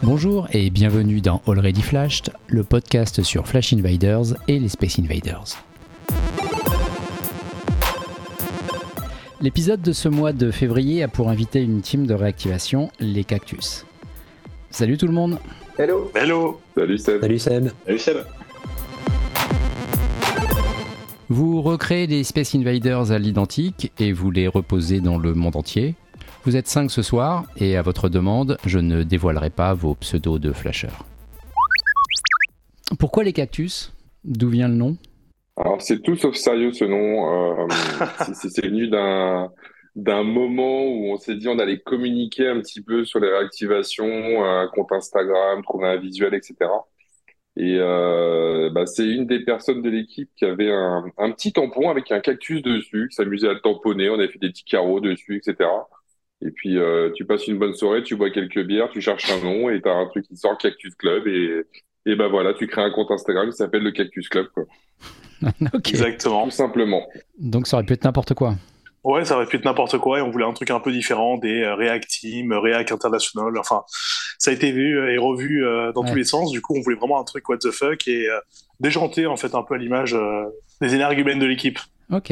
Bonjour et bienvenue dans Already Flashed, le podcast sur Flash Invaders et les Space Invaders. L'épisode de ce mois de février a pour invité une team de réactivation, les Cactus. Salut tout le monde. Hello. Hello. Salut Seb. Salut Seb. Salut Seb. Vous recréez des Space Invaders à l'identique et vous les reposez dans le monde entier. Vous êtes 5 ce soir et à votre demande, je ne dévoilerai pas vos pseudos de flasheurs. Pourquoi les Cactus ? D'où vient le nom ? Alors c'est tout sauf sérieux ce nom. C'est venu d'un moment où on s'est dit on allait communiquer un petit peu sur les réactivations, un compte Instagram, trouver un visuel, etc. Et c'est une des personnes de l'équipe qui avait un petit tampon avec un cactus dessus, qui s'amusait à le tamponner. On avait fait des petits carreaux dessus, etc. Et puis tu passes une bonne soirée, tu bois quelques bières, tu cherches un nom et t'as un truc qui sort, Cactus Club, et ben voilà, tu crées un compte Instagram qui s'appelle le Cactus Club, quoi. Okay. Exactement. Tout simplement. Donc ça aurait pu être n'importe quoi. Ouais, ça aurait pu être n'importe quoi et on voulait un truc un peu différent des React Team, React International. Enfin, ça a été vu et revu dans tous les sens. Du coup, on voulait vraiment un truc what the fuck et déjanté en fait un peu à l'image des énergumènes de l'équipe. Ok.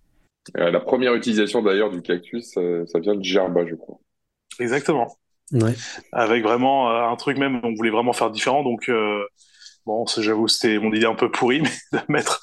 La première utilisation d'ailleurs du cactus, ça vient de Djerba, je crois. Exactement. Ouais. Avec vraiment un truc même, on voulait vraiment faire différent. Donc, j'avoue, c'était mon idée un peu pourrie, mais de mettre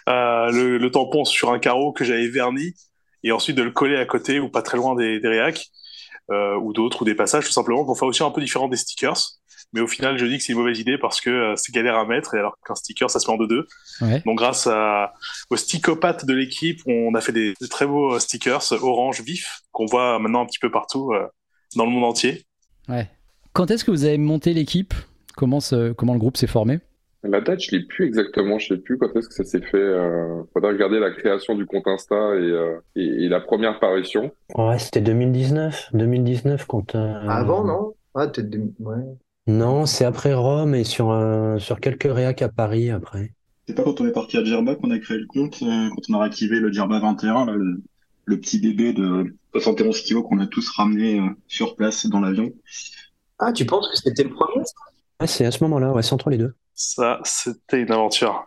le tampon sur un carreau que j'avais verni et ensuite de le coller à côté ou pas très loin des réacs ou d'autres ou des passages tout simplement pour faire aussi un peu différent des stickers. Mais au final, je dis que c'est une mauvaise idée parce que c'est galère à mettre, et alors qu'un sticker, ça se met en deux. Ouais. Donc, grâce aux stickopathes de l'équipe, on a fait des très beaux stickers orange vif qu'on voit maintenant un petit peu partout dans le monde entier. Ouais. Quand est-ce que vous avez monté l'équipe ? Comment le groupe s'est formé ? La date, je l'ai plus exactement, je sais plus quand est-ce que ça s'est fait. Faudrait regarder la création du compte Insta et la première parution. Ouais, c'était 2019. 2019 quand... Avant, non? Ah, peut-être... Ouais. Non, c'est après Rome et sur quelques réacs à Paris après. C'est pas quand on est parti à Djerba qu'on a créé le compte, quand on a réactivé le Djerba 21, là, le petit bébé de 71 kilos qu'on a tous ramené sur place dans l'avion. Ah, tu penses que c'était le premier, ça? Ouais, c'est à ce moment-là, ouais, c'est entre les deux. Ça, c'était une aventure.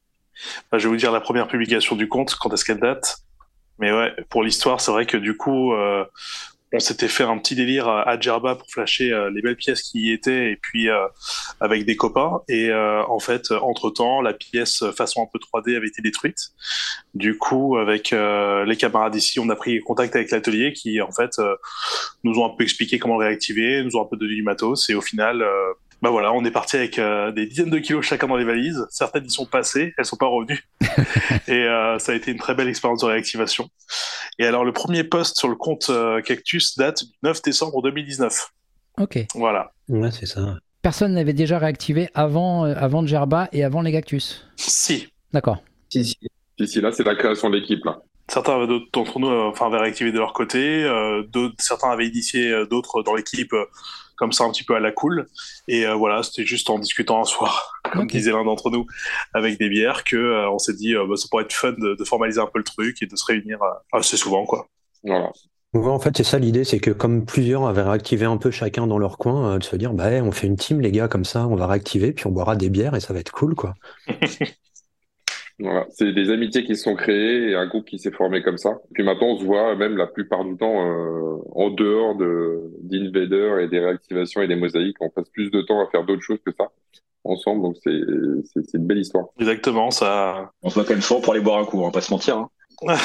Je vais vous dire la première publication du compte, quand est-ce qu'elle date. Mais ouais, pour l'histoire, c'est vrai que du coup, on s'était fait un petit délire à Djerba pour flasher les belles pièces qui y étaient, et puis avec des copains. Et en fait, entre-temps, la pièce façon un peu 3D avait été détruite. Du coup, avec les camarades ici, on a pris contact avec l'atelier qui, en fait, nous ont un peu expliqué comment réactiver, nous ont un peu donné du matos, et au final... voilà, on est parti avec des dizaines de kilos chacun dans les valises. Certaines y sont passées, elles sont pas revenues. Et ça a été une très belle expérience de réactivation. Et alors, le premier post sur le compte Cactus date du 9 décembre 2019. Ok. Voilà. Ouais, c'est ça. Personne n'avait déjà réactivé avant Djerba et avant les Cactus ? Si. D'accord. Si. Si, là, c'est la création de l'équipe, là. Certains d'entre nous avaient réactivé de leur côté. Certains avaient initié d'autres dans l'équipe comme ça un petit peu à la cool. Et voilà, c'était juste en discutant un soir, comme disait l'un d'entre nous, avec des bières, que on s'est dit ça pourrait être fun de formaliser un peu le truc et de se réunir assez souvent, quoi. Voilà. Ouais, en fait, c'est ça l'idée, c'est que comme plusieurs avaient réactivé un peu chacun dans leur coin, de se dire, on fait une team, les gars, comme ça, on va réactiver, puis on boira des bières et ça va être cool, quoi. Voilà, c'est des amitiés qui se sont créées et un groupe qui s'est formé comme ça. Et puis maintenant, on se voit même la plupart du temps en dehors d'Invader et des réactivations et des mosaïques. On passe plus de temps à faire d'autres choses que ça ensemble, donc c'est une belle histoire. Exactement, ça. On se voit quand même souvent pour aller boire un coup, on va pas se mentir. Hein.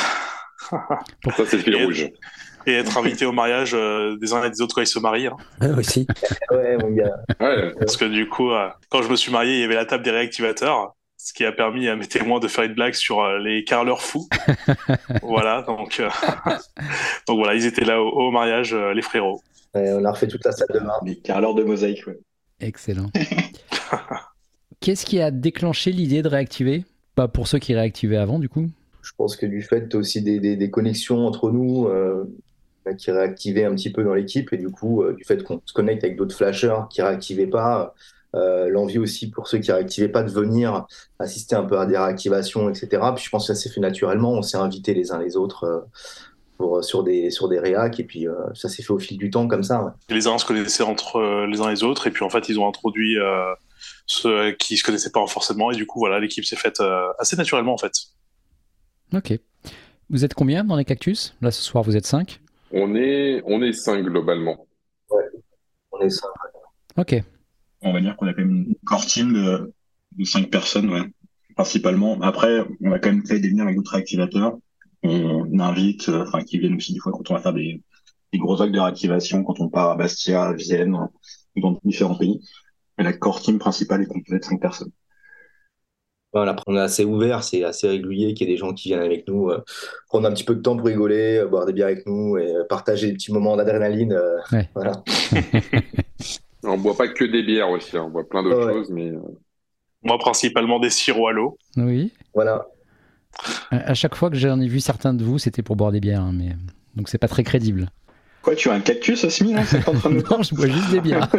Ça, c'est le fil rouge. Et être invité au mariage des uns et des autres quand ils se marient. Hein. Ouais, aussi. Ouais, mon gars. Ouais. Parce que du coup, quand je me suis marié, il y avait la table des réactivateurs, ce qui a permis à mes témoins de faire une blague sur les carleurs fous. Voilà, donc voilà, ils étaient là au mariage, les frérots. Ouais, on a refait toute la salle de bain. Les carleurs de mosaïque, ouais. Excellent. Qu'est-ce qui a déclenché l'idée de réactiver ? Pas pour ceux qui réactivaient avant, du coup ? Je pense que du fait aussi des connexions entre nous qui réactivaient un petit peu dans l'équipe, et du coup, du fait qu'on se connecte avec d'autres flasheurs qui réactivaient pas, l'envie aussi pour ceux qui réactivaient pas de venir assister un peu à des réactivations, etc. Puis je pense que ça s'est fait naturellement, on s'est invités les uns les autres sur des réacs, et puis ça s'est fait au fil du temps comme ça. Ouais. Les uns se connaissaient entre les uns et les autres, et puis en fait, ils ont introduit ceux qui se connaissaient pas forcément, et du coup, voilà, l'équipe s'est faite assez naturellement, en fait. Ok. Vous êtes combien dans les cactus? Là, ce soir, vous êtes 5? On est 5 globalement. Ouais, on est ça. Ok. On va dire qu'on a quand même une core team de 5 personnes, ouais, principalement. Après, on a quand même fait des liens avec d'autres activateurs. On invite, qui viennent aussi des fois quand on va faire des gros actes de réactivation, quand on part à Bastia, à Vienne, ou dans différents pays. Mais la core team principale est composée de 5 personnes. Voilà, après, on est assez ouvert, c'est assez régulier qu'il y ait des gens qui viennent avec nous, prendre un petit peu de temps pour rigoler, boire des bières avec nous et partager des petits moments d'adrénaline. Ouais. Voilà. On boit pas que des bières aussi, on boit plein d'autres choses, mais Moi, principalement des sirops à l'eau. Oui. Voilà. À chaque fois que j'en ai vu certains de vous, c'était pour boire des bières, hein, mais donc c'est pas très crédible. Quoi, tu as un cactus, Asmi, là, c'est en train de me Non, je bois juste des bières.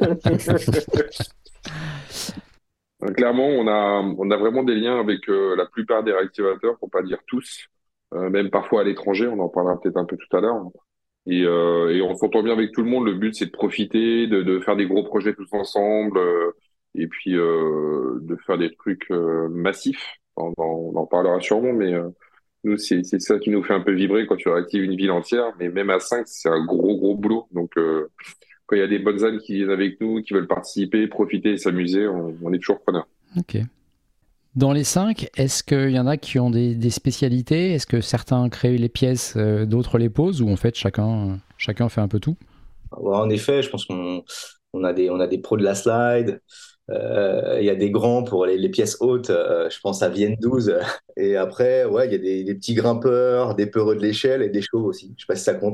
clairement, on a vraiment des liens avec la plupart des réactivateurs, pour pas dire tous, même parfois à l'étranger, on en parlera peut-être un peu tout à l'heure. Et on s'entend bien avec tout le monde. Le but, c'est de profiter, de faire des gros projets tous ensemble, et puis de faire des trucs massifs. On en parlera sûrement, mais nous, c'est ça qui nous fait un peu vibrer quand tu réactives une ville entière. Mais même à 5, c'est un gros boulot. Donc, quand il y a des bonnes âmes qui viennent avec nous, qui veulent participer, profiter et s'amuser, on est toujours preneurs. Ok. Dans les 5, est-ce qu'il y en a qui ont des spécialités? Est-ce que certains créent les pièces, d'autres les posent, ou en fait chacun fait un peu tout? Ouais, en effet, je pense qu'on a des pros de la slide. Il y a des grands pour les pièces hautes. Je pense à Vienne 12. Et après, ouais, il y a des petits grimpeurs, des peureux de l'échelle et des chauves aussi. Je sais pas si ça compte.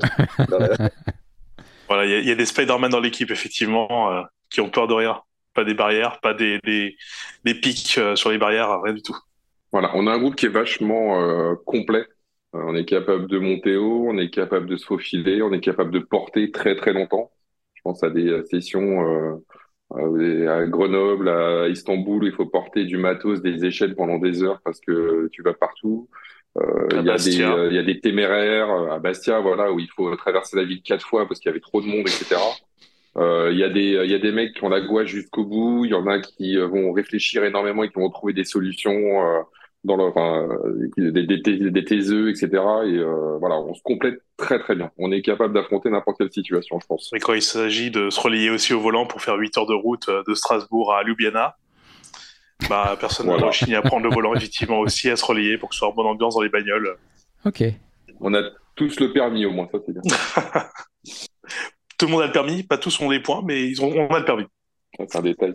Voilà, il y a des Spider-Man dans l'équipe, effectivement, qui ont peur de rien. Pas des barrières, pas des pics sur les barrières, rien du tout. Voilà, on a un groupe qui est vachement complet. On est capable de monter haut, on est capable de se faufiler, on est capable de porter très longtemps. Je pense à des sessions à Grenoble, à Istanbul, où il faut porter du matos, des échelles pendant des heures parce que tu vas partout. À Bastia. Il y a des téméraires à Bastia, voilà, où il faut traverser la ville 4 fois parce qu'il y avait trop de monde, etc. Il y a des mecs qui ont la gouache jusqu'au bout. Il y en a qui vont réfléchir énormément et qui vont trouver des solutions dans leur, enfin, des taiseux, etc. Et voilà, on se complète très bien. On est capable d'affronter n'importe quelle situation, je pense. Et quand il s'agit de se relayer aussi au volant pour faire 8 heures de route de Strasbourg à Ljubljana, bah, personne n'a rechigné à prendre le volant, effectivement, aussi, à se relayer pour que ce soit en bonne ambiance dans les bagnoles. Ok. On a tous le permis, au moins, ça c'est bien. Tout le monde a le permis, pas tous ont des points, mais on a le permis. C'est un détail.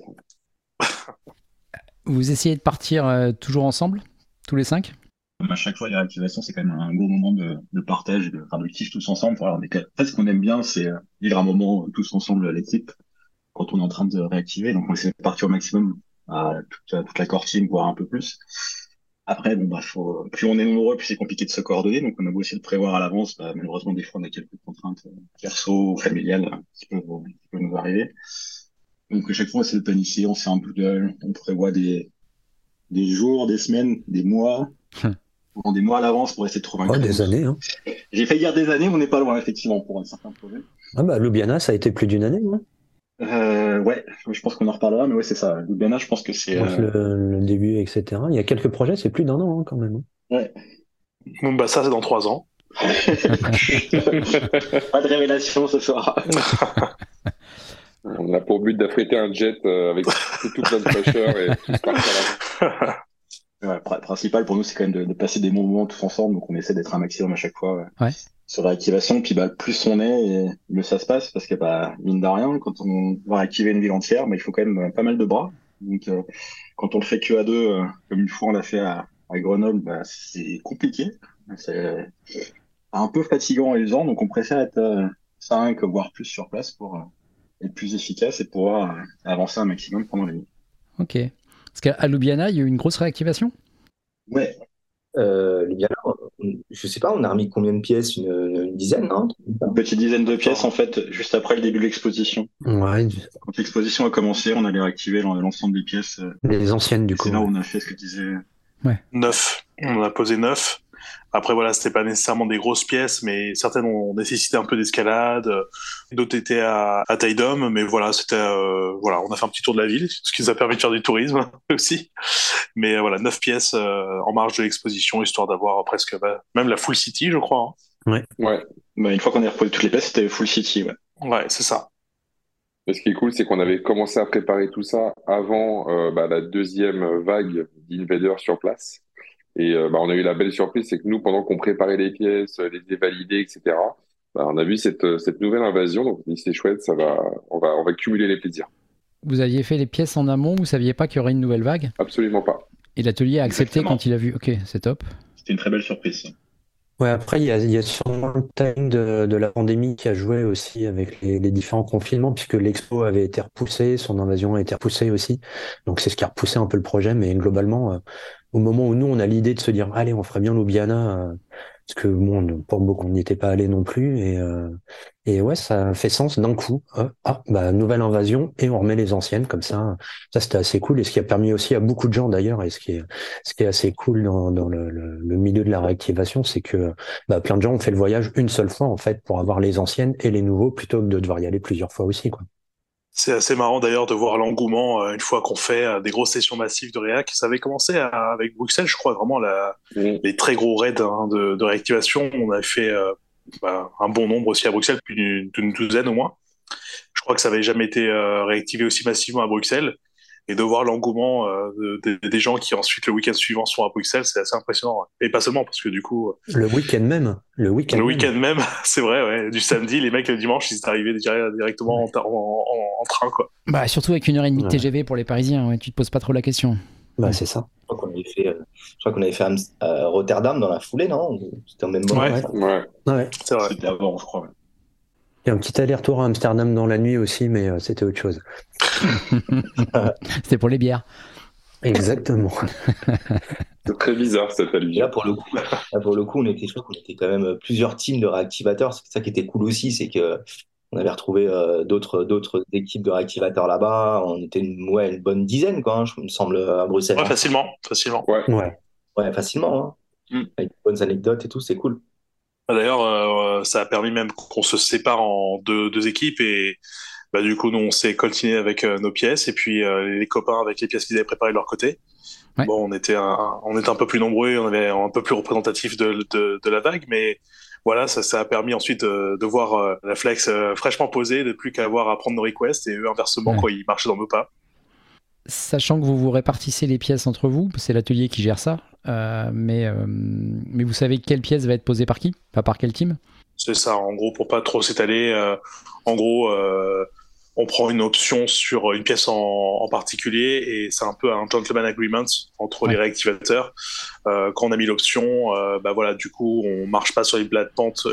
Vous essayez de partir toujours ensemble, tous les 5? À chaque fois, les réactivations, c'est quand même un gros moment de partage, de kiff tous ensemble. Voilà, en fait, ce qu'on aime bien, c'est vivre un moment tous ensemble à l'équipe quand on est en train de réactiver. Donc, on essaie de partir au maximum à toute la core team, voire un peu plus. Après, bon, bah, plus on est nombreux, plus c'est compliqué de se coordonner. Donc, on a beau essayer de prévoir à l'avance. Bah, malheureusement, des fois, on a quelques contraintes perso ou familiales qui peuvent nous arriver. Donc, à chaque fois, on essaie de planifier, on fait un doodle, on prévoit des jours, des semaines, des mois, des mois à l'avance pour essayer de trouver un créneau. Des années, hein. J'ai fait dire des années, on n'est pas loin, effectivement, pour un certain projet. Ah bah, Ljubljana, ça a été plus d'une année, hein. Ouais, je pense qu'on en reparlera, mais ouais, c'est ça. Ljubljana, je pense que c'est... Le début, etc. Il y a quelques projets, c'est plus d'un an, hein, quand même. Ouais. Bon, bah, ça, c'est dans 3 ans. Pas de révélation ce soir. On a pour but d'affréter un jet avec tout plein de fraîcheur et tout se partir là. Ouais, principal pour nous, c'est quand même de passer des moments tous ensemble, donc on essaie d'être un maximum à chaque fois sur la réactivation. Puis bah, plus on est, et mieux ça se passe, parce que bah, mine de rien, quand on va réactiver une ville entière, bah, il faut quand même pas mal de bras. Donc quand on le fait que à deux, comme une fois on l'a fait à Grenoble, bah, c'est compliqué. C'est un peu fatigant et usant, donc on préfère être 5, voire plus sur place pour être plus efficace et pouvoir avancer un maximum pendant la nuit. Ok. Parce qu'à Ljubljana, il y a eu une grosse réactivation? Ouais. Ljubljana, je sais pas, on a remis combien de pièces? Une dizaine, non? Une petite dizaine de pièces, en fait, juste après le début de l'exposition. Ouais. Quand l'exposition a commencé, on allait réactiver l'ensemble des pièces. Les anciennes, du coup. C'est là où on a fait ce que tu disais. Ouais. 9. On en a posé 9. Après voilà, c'était pas nécessairement des grosses pièces, mais certaines ont nécessité un peu d'escalade, d'autres étaient à taille d'homme, mais voilà, c'était voilà, on a fait un petit tour de la ville, ce qui nous a permis de faire du tourisme aussi. Mais voilà, 9 pièces en marge de l'exposition, histoire d'avoir presque même la full city, je crois. Ouais. Bah, une fois qu'on a reposé toutes les pièces, c'était full city, ouais. Ouais, c'est ça. Et ce qui est cool, c'est qu'on avait commencé à préparer tout ça avant la deuxième vague d'invaders sur place. Et on a eu la belle surprise, c'est que nous, pendant qu'on préparait les pièces, les validées, etc., on a vu cette nouvelle invasion. Donc c'est chouette, on va cumuler les plaisirs. Vous aviez fait les pièces en amont, vous saviez pas qu'il y aurait une nouvelle vague? Absolument pas. Et l'atelier a accepté Exactement. quand il a vu. Ok, c'est top. C'était une très belle surprise, ça. Ouais, après, il y a sûrement le timing de la pandémie qui a joué aussi avec les différents confinements, puisque l'expo avait été repoussée, son invasion a été repoussée aussi. Donc, c'est ce qui a repoussé un peu le projet. Mais globalement, au moment où nous, on a l'idée de se dire, allez, on ferait bien Ljubljana, parce que bon, pour beaucoup, on n'y était pas allé non plus. Et ouais, ça fait sens d'un coup. Nouvelle invasion, et on remet les anciennes comme ça. Ça, c'était assez cool. Et ce qui a permis aussi à beaucoup de gens d'ailleurs, et ce qui est assez cool dans le milieu de la réactivation, c'est que plein de gens ont fait le voyage une seule fois en fait pour avoir les anciennes et les nouveaux plutôt que de devoir y aller plusieurs fois aussi, quoi. C'est assez marrant d'ailleurs de voir l'engouement une fois qu'on fait des grosses sessions massives de réac. Ça avait commencé avec Bruxelles, je crois, vraiment les très gros raids de réactivation. On avait fait un bon nombre aussi à Bruxelles, plus d'une douzaine au moins. Je crois que ça avait jamais été réactivé aussi massivement à Bruxelles. Et de voir l'engouement des gens qui ensuite le week-end suivant sont à Bruxelles, c'est assez impressionnant. Et pas seulement, parce que du coup, Le week-end même, le week-end même, c'est vrai, ouais, du samedi, les mecs le dimanche, ils étaient arrivés directement en train, quoi. Bah, surtout avec 1h30 de Ouais. TGV pour les Parisiens, ouais, tu te poses pas trop la question. C'est ça. Je crois qu'on avait fait Rotterdam dans la foulée, non? C'était au même moment. Ouais. ça. Ouais. C'est vrai. C'était avant, je crois. Ouais. Il y a un petit aller-retour à Amsterdam dans la nuit aussi, mais c'était autre chose. C'était pour les bières. Exactement. C'est très bizarre cette Et allusion. là, pour le coup, je crois qu'on était quand même plusieurs teams de réactivateurs. C'est ça qui était cool aussi, c'est que on avait retrouvé d'autres équipes de réactivateurs là-bas. On était une bonne dizaine, quoi, il me semble, à Bruxelles. Ouais, hein. facilement. Ouais. Ouais, facilement. Hein. Mm. Avec de bonnes anecdotes et tout, c'est cool. D'ailleurs, ça a permis même qu'on se sépare en deux équipes et du coup, nous, on s'est coltiné avec nos pièces et puis les copains avec les pièces qu'ils avaient préparées de leur côté. Ouais. Bon, on était un peu plus nombreux, on avait un peu plus représentatif de la vague, mais voilà, ça a permis ensuite de voir la flex fraîchement posée, de plus qu'à avoir à prendre nos requests et eux, inversement, Ouais. quand ils marchaient dans nos pas. Sachant que vous vous répartissez les pièces entre vous, c'est l'atelier qui gère ça, mais vous savez quelle pièce va être posée par qui? Pas par quel team? C'est ça, en gros, pour pas trop s'étaler. En gros, on prend une option sur une pièce en particulier et c'est un peu un gentleman agreement entre les réactivateurs. Quand on a mis l'option, voilà, du coup, on marche pas sur les plates-bandes,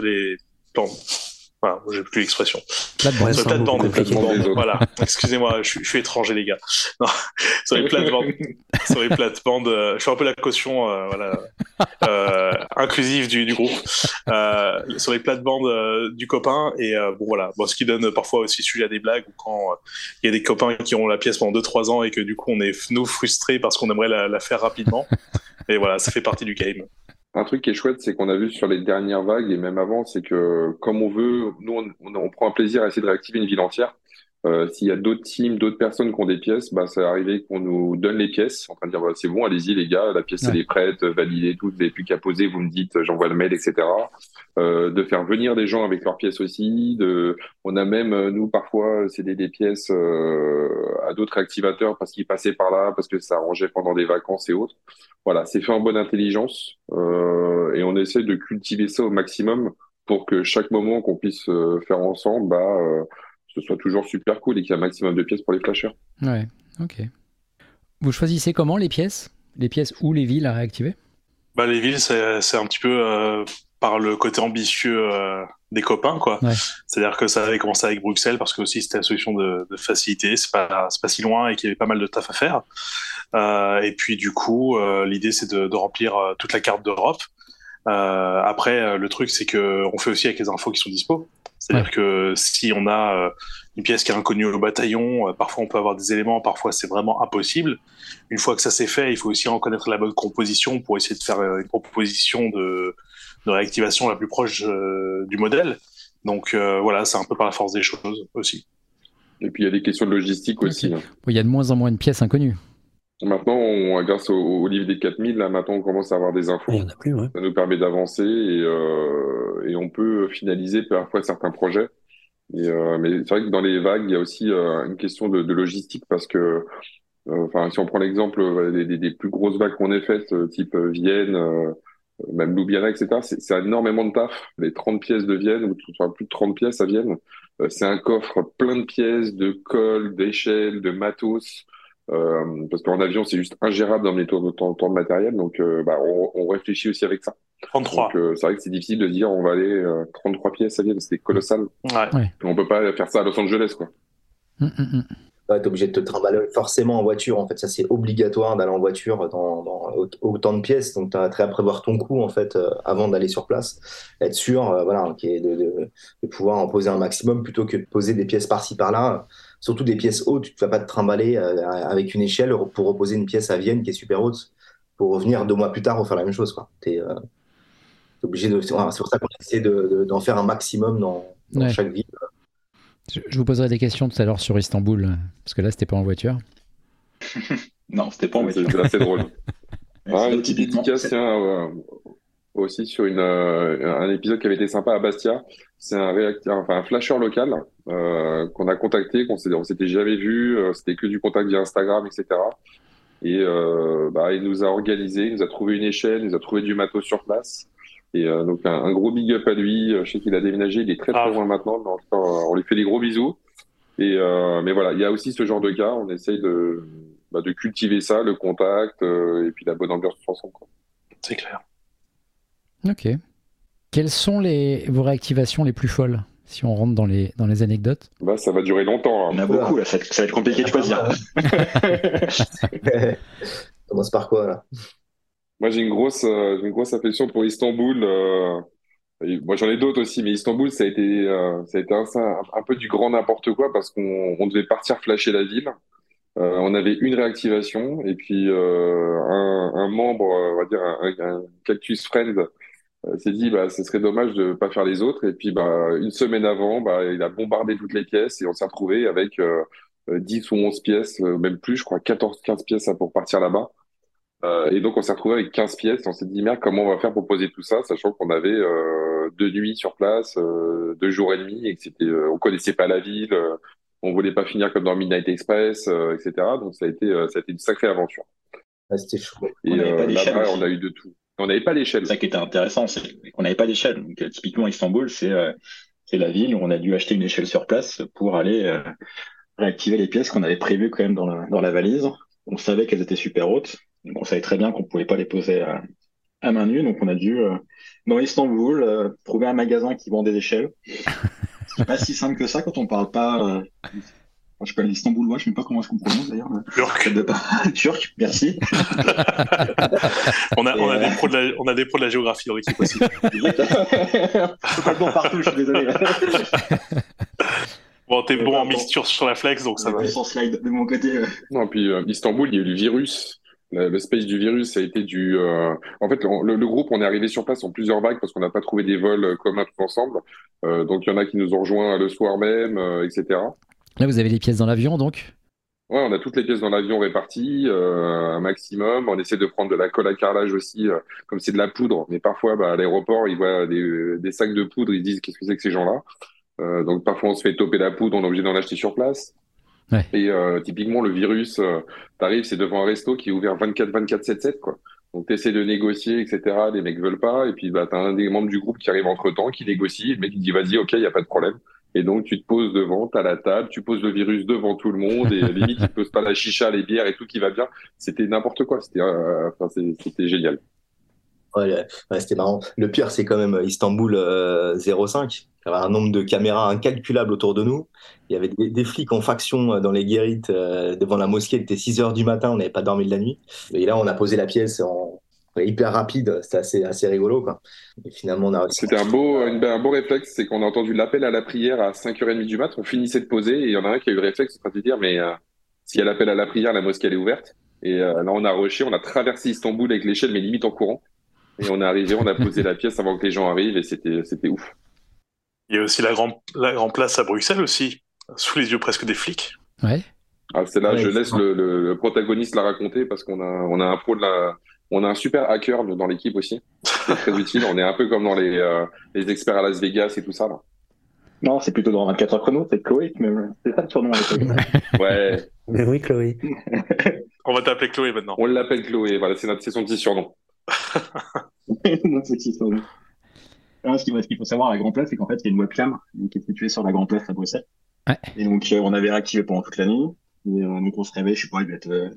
Voilà, j'ai plus l'expression. Ouais, Sur c'est les un mot plates-bandes, compliqué. voilà. Excusez-moi, je suis étranger, les gars. Non, sur les plates-bandes, je suis un peu la caution, inclusive du groupe. Sur les plates-bandes du copain et voilà. Bon, ce qui donne parfois aussi sujet à des blagues ou quand il y a des copains qui ont la pièce pendant 2-3 ans et que du coup on est nous frustrés parce qu'on aimerait la faire rapidement. Et voilà, ça fait partie du game. Un truc qui est chouette, c'est qu'on a vu sur les dernières vagues et même avant, c'est que comme on veut, nous on prend un plaisir à essayer de réactiver une ville entière. S'il y a d'autres teams, d'autres personnes qui ont des pièces, ça arrivé qu'on nous donne les pièces, en train de dire c'est bon, allez-y les gars, la pièce elle est prête, validée, tout, vous n'avez plus qu'à poser, vous me dites, j'envoie le mail, etc. De faire venir des gens avec leurs pièces aussi. On a même nous parfois cédé des pièces à d'autres activateurs parce qu'ils passaient par là, parce que ça arrangeait pendant des vacances et autres. Voilà, c'est fait en bonne intelligence et on essaie de cultiver ça au maximum pour que chaque moment qu'on puisse faire ensemble, ce soit toujours super cool et qu'il y ait un maximum de pièces pour les flashers. Ouais, ok. Vous choisissez comment les pièces? Les pièces ou les villes à réactiver? Les villes, c'est un petit peu par le côté ambitieux des copains, quoi. Ouais. C'est-à-dire que ça avait commencé avec Bruxelles parce que aussi c'était la solution de facilité, c'est pas si loin et qu'il y avait pas mal de taf à faire. Et puis du coup, l'idée c'est de remplir toute la carte d'Europe. Après, le truc c'est que on fait aussi avec les infos qui sont dispo. C'est-à-dire que si on a une pièce qui est inconnue au bataillon, parfois on peut avoir des éléments, parfois c'est vraiment impossible. Une fois que ça s'est fait, il faut aussi en connaître la bonne composition pour essayer de faire une proposition de réactivation la plus proche du modèle. Donc voilà, c'est un peu par la force des choses aussi. Et puis il y a des questions de logistique aussi. Bon, il y a de moins en moins de pièces inconnues. Maintenant, grâce au livre des 4000, là, maintenant, on commence à avoir des infos. Il y en a plus, ouais. Ça nous permet d'avancer et on peut finaliser parfois certains projets. Mais c'est vrai que dans les vagues, il y a aussi une question de logistique parce que, si on prend l'exemple des plus grosses vagues qu'on ait faites, type Vienne, même Ljubljana, etc., c'est énormément de taf. Les 30 pièces de Vienne, enfin plus de 30 pièces à Vienne, c'est un coffre plein de pièces, de cols, d'échelles, de matos. Parce qu'en avion, c'est juste ingérable d'emmener tant de matériel. Donc, on réfléchit aussi avec ça. 33. Donc, c'est vrai que c'est difficile de dire on va aller 33 pièces à Vienne. C'était colossal. Ouais. On peut pas faire ça à Los Angeles, quoi. Ouais, t'es obligé de te trimballer forcément en voiture. En fait, ça c'est obligatoire d'aller en voiture dans autant de pièces. Donc, t'as intérêt à prévoir ton coût en fait avant d'aller sur place, être sûr, voilà, de pouvoir en poser un maximum plutôt que de poser des pièces par-ci par-là. Surtout des pièces hautes, tu vas pas te trimballer avec une échelle pour reposer une pièce à Vienne qui est super haute pour revenir 2 mois plus tard refaire la même chose, quoi. T'es obligé de. Voilà, c'est pour ça qu'on essaie d'en faire un maximum dans chaque ville. Je vous poserai des questions tout à l'heure sur Istanbul, parce que là, c'était pas en voiture. Non, c'était pas en voiture. C'est assez drôle. Une petite Typiquement, dédicace aussi sur un épisode qui avait été sympa à Bastia. C'est un flasher local qu'on a contacté, on s'était jamais vu. C'était que du contact via Instagram, etc. Et il nous a organisé, il nous a trouvé une échelle, il nous a trouvé du matos sur place. Et donc un gros big up à lui. Je sais qu'il a déménagé, il est très loin maintenant. Donc, on lui fait des gros bisous. Mais voilà, il y a aussi ce genre de cas. On essaye de cultiver ça, le contact et puis la bonne ambiance tous ensemble, quoi. C'est clair. Ok. Quelles sont vos réactivations les plus folles, si on rentre dans les anecdotes? Ça va durer longtemps. Il y en a beaucoup, là. Ça va être compliqué de choisir. Commence par quoi, là? Moi, j'ai une grosse affection pour Istanbul. Moi, j'en ai d'autres aussi, mais Istanbul, ça a été un peu du grand n'importe quoi parce qu'on devait partir flasher la ville. On avait une réactivation et puis un membre, on va dire un Cactus Friend, s'est dit ce serait dommage de pas faire les autres. Et puis une semaine avant, il a bombardé toutes les pièces et on s'est retrouvé avec 10 ou 11 pièces, même plus, je crois 14-15 pièces pour partir là-bas. Et donc on s'est retrouvé avec 15 pièces et on s'est dit merde, comment on va faire pour poser tout ça, sachant qu'on avait 2 nuits sur place, 2 jours et demi et que on connaissait pas la ville, on voulait pas finir comme dans Midnight Express, etc. Donc ça a été une sacrée aventure. C'était chaud. Et là-bas on a eu de tout. On n'avait pas l'échelle. C'est ça qui était intéressant, c'est qu'on n'avait pas d'échelle. Donc typiquement Istanbul, c'est la ville où on a dû acheter une échelle sur place pour aller réactiver les pièces qu'on avait prévues quand même dans la valise. On savait qu'elles étaient super hautes. Donc on savait très bien qu'on pouvait pas les poser à main nue, donc on a dû dans Istanbul trouver un magasin qui vend des échelles. C'est pas si simple que ça quand on parle pas. Je parle d'Istanbulois, je sais même pas comment est-ce qu'on prononce d'ailleurs. Turc. Turc, merci. on a des pros de la géographie dans l'équipe aussi. C'est pas bon partout, je suis désolé. Bon, t'es bon en mixture sur la flex, donc ça va. Sans slide de mon côté. Non, puis Istanbul, il y a eu le virus. Le space du virus, ça a été En fait, le groupe, on est arrivé sur place en plusieurs vagues parce qu'on n'a pas trouvé des vols communs tous ensemble. Donc, il y en a qui nous ont rejoints le soir même, etc. Là, vous avez les pièces dans l'avion, donc? Ouais, on a toutes les pièces dans l'avion réparties, un maximum. On essaie de prendre de la colle à carrelage aussi, comme c'est de la poudre. Mais parfois, à l'aéroport, ils voient des sacs de poudre, ils se disent qu'est-ce que c'est que ces gens-là. Donc, parfois, on se fait toper la poudre, on est obligé d'en acheter sur place. Ouais. Et typiquement, le virus, t'arrives, c'est devant un resto qui est ouvert 24/7/7, quoi. Donc, t'essaies de négocier, etc. Les mecs veulent pas. Et puis, t'as un des membres du groupe qui arrive entre-temps, qui négocie. Le mec, il dit, vas-y, ok, il y a pas de problème. Et donc, tu te poses devant, t'as la table, tu poses le virus devant tout le monde. Et limite, il pose pas la chicha, les bières et tout qui va bien. C'était n'importe quoi. C'était génial. Ouais, c'était marrant. Le pire, c'est quand même Istanbul 05. Il y avait un nombre de caméras incalculable autour de nous. Il y avait des flics en faction dans les guérites devant la mosquée. Il était 6 heures du matin, on n'avait pas dormi de la nuit. Et là, on a posé la pièce hyper rapide, c'était assez rigolo, quoi. Et finalement, on a réussi. C'était un beau réflexe, c'est qu'on a entendu l'appel à la prière à 5h30 du mat, on finissait de poser et il y en a un qui a eu le réflexe de se dire mais s'il y a l'appel à la prière, la mosquée elle est ouverte. Et là on a rushé, on a traversé Istanbul avec l'échelle mais limite en courant. Et on est arrivé, on a posé la pièce avant que les gens arrivent et c'était ouf. Il y a aussi la grande place à Bruxelles aussi, sous les yeux presque des flics. Ouais. Ah, c'est là, Ouais, je laisse le protagoniste la raconter parce on a un pro on a un super hacker dans l'équipe aussi. C'est très utile. On est un peu comme dans les experts à Las Vegas et tout ça, là. Non, c'est plutôt dans 24 heures chrono, c'est Chloé, mais c'est ça le surnom à l'époque. Ouais, Mais oui, Chloé. On va t'appeler Chloé maintenant. on l'appelle Chloé. Voilà, c'est son petit surnom. Notre petit surnom. Alors, ce qu'il faut savoir à la Grand Place, c'est qu'en fait, il y a une webcam qui est située sur la Grand Place à Bruxelles. Ouais. Et donc, on avait réactivé pendant toute la nuit. Et donc, on se réveille, je sais pas, il doit être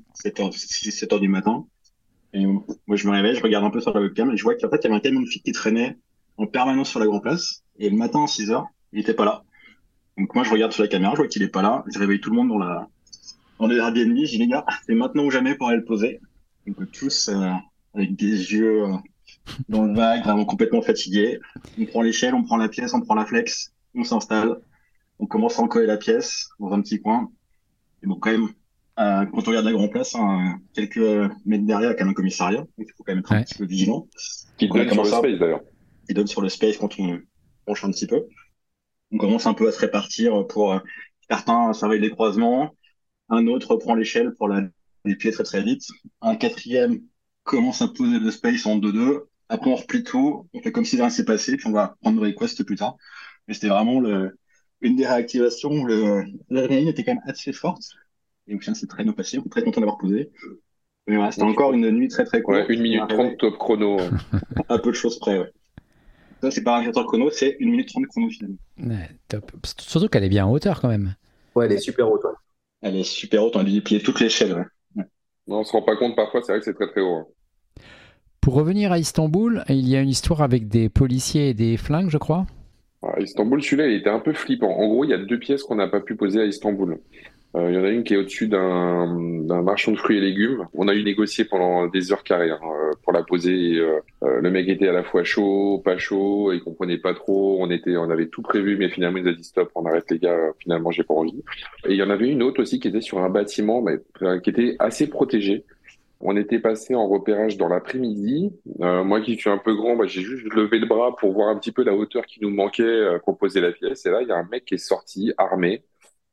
7h du matin. Et moi, je me réveille, je regarde un peu sur la webcam et je vois qu'en fait, il y avait un camion de flics qui traînait en permanence sur la Grand Place. Et le matin, à 6h, il était pas là. Donc, moi, je regarde sur la caméra, je vois qu'il est pas là. Je réveille tout le monde dans le Airbnb. Je dis, les gars, c'est maintenant ou jamais pour aller le poser. Donc, tous, avec des yeux dans le vague, vraiment complètement fatigués. On prend l'échelle, on prend la pièce, on prend la flex, on s'installe. On commence à encoller la pièce dans un petit coin. Et bon, quand même, quand on regarde la Grand Place, quelques mètres derrière, il y a quand même un commissariat. Donc, il faut quand même être un petit peu vigilant. Qui donne sur le space d'ailleurs. Il donne sur le space quand on penche un petit peu. On commence un peu à se répartir pour certains surveillent les croisements, un autre prend l'échelle pour les pieds très très vite, un quatrième commence à poser le space en 2-2, après on replie tout, on fait comme si rien s'est passé, puis on va prendre le request plus tard. Mais c'était vraiment une des réactivations où l'adrénaline était quand même assez forte, et au final c'est très bien passé, on est très content d'avoir posé. Mais voilà, c'était encore une nuit très très courte. Ouais, 1 minute 30 top chrono. À peu de choses près, ouais. Ça, c'est pas un 24 heures chrono, c'est 1 minute 30 chrono finalement. Ouais, top. Surtout qu'elle est bien en hauteur quand même. Ouais, elle est super haute. Ouais. Elle est super haute, on a dû déplier toute l'échelle, ouais. Non, on se rend pas compte parfois, c'est vrai que c'est très très haut. Pour revenir à Istanbul, il y a une histoire avec des policiers et des flingues, je crois. À Istanbul, celui-là, il était un peu flippant. En gros, il y a 2 pièces qu'on n'a pas pu poser à Istanbul. Il y en a une qui est au-dessus d'un marchand de fruits et légumes. On a eu négocié pendant des heures carrées pour la poser. Le mec était à la fois chaud, pas chaud, il comprenait pas trop. On avait tout prévu, mais finalement il nous a dit stop, on arrête les gars. Finalement, j'ai pas envie. Et il y en avait une autre aussi qui était sur un bâtiment, mais qui était assez protégé. On était passé en repérage dans l'après-midi. Moi qui suis un peu grand, j'ai juste levé le bras pour voir un petit peu la hauteur qui nous manquait pour poser la pièce. Et là, il y a un mec qui est sorti, armé,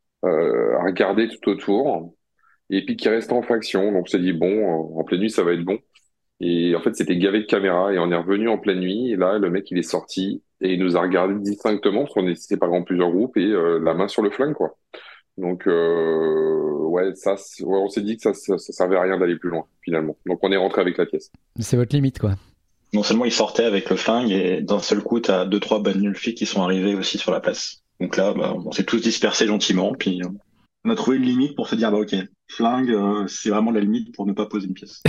à regarder tout autour, et puis qui reste en faction. Donc on s'est dit, bon, en pleine nuit, ça va être bon. Et en fait, c'était gavé de caméras, et on est revenu en pleine nuit, et là, le mec, il est sorti, et il nous a regardé distinctement, parce qu'on est séparés en plusieurs groupes, et la main sur le flingue, quoi. Donc, ouais, on s'est dit que ça servait à rien d'aller plus loin, finalement. Donc on est rentré avec la pièce. C'est votre limite, quoi. Non seulement il sortait avec le flingue, et d'un seul coup, t'as 2-3 bagnoles flics qui sont arrivés aussi sur la place. Donc là, on s'est tous dispersés gentiment, puis on a trouvé une limite pour se dire, ok, flingue, c'est vraiment la limite pour ne pas poser une pièce.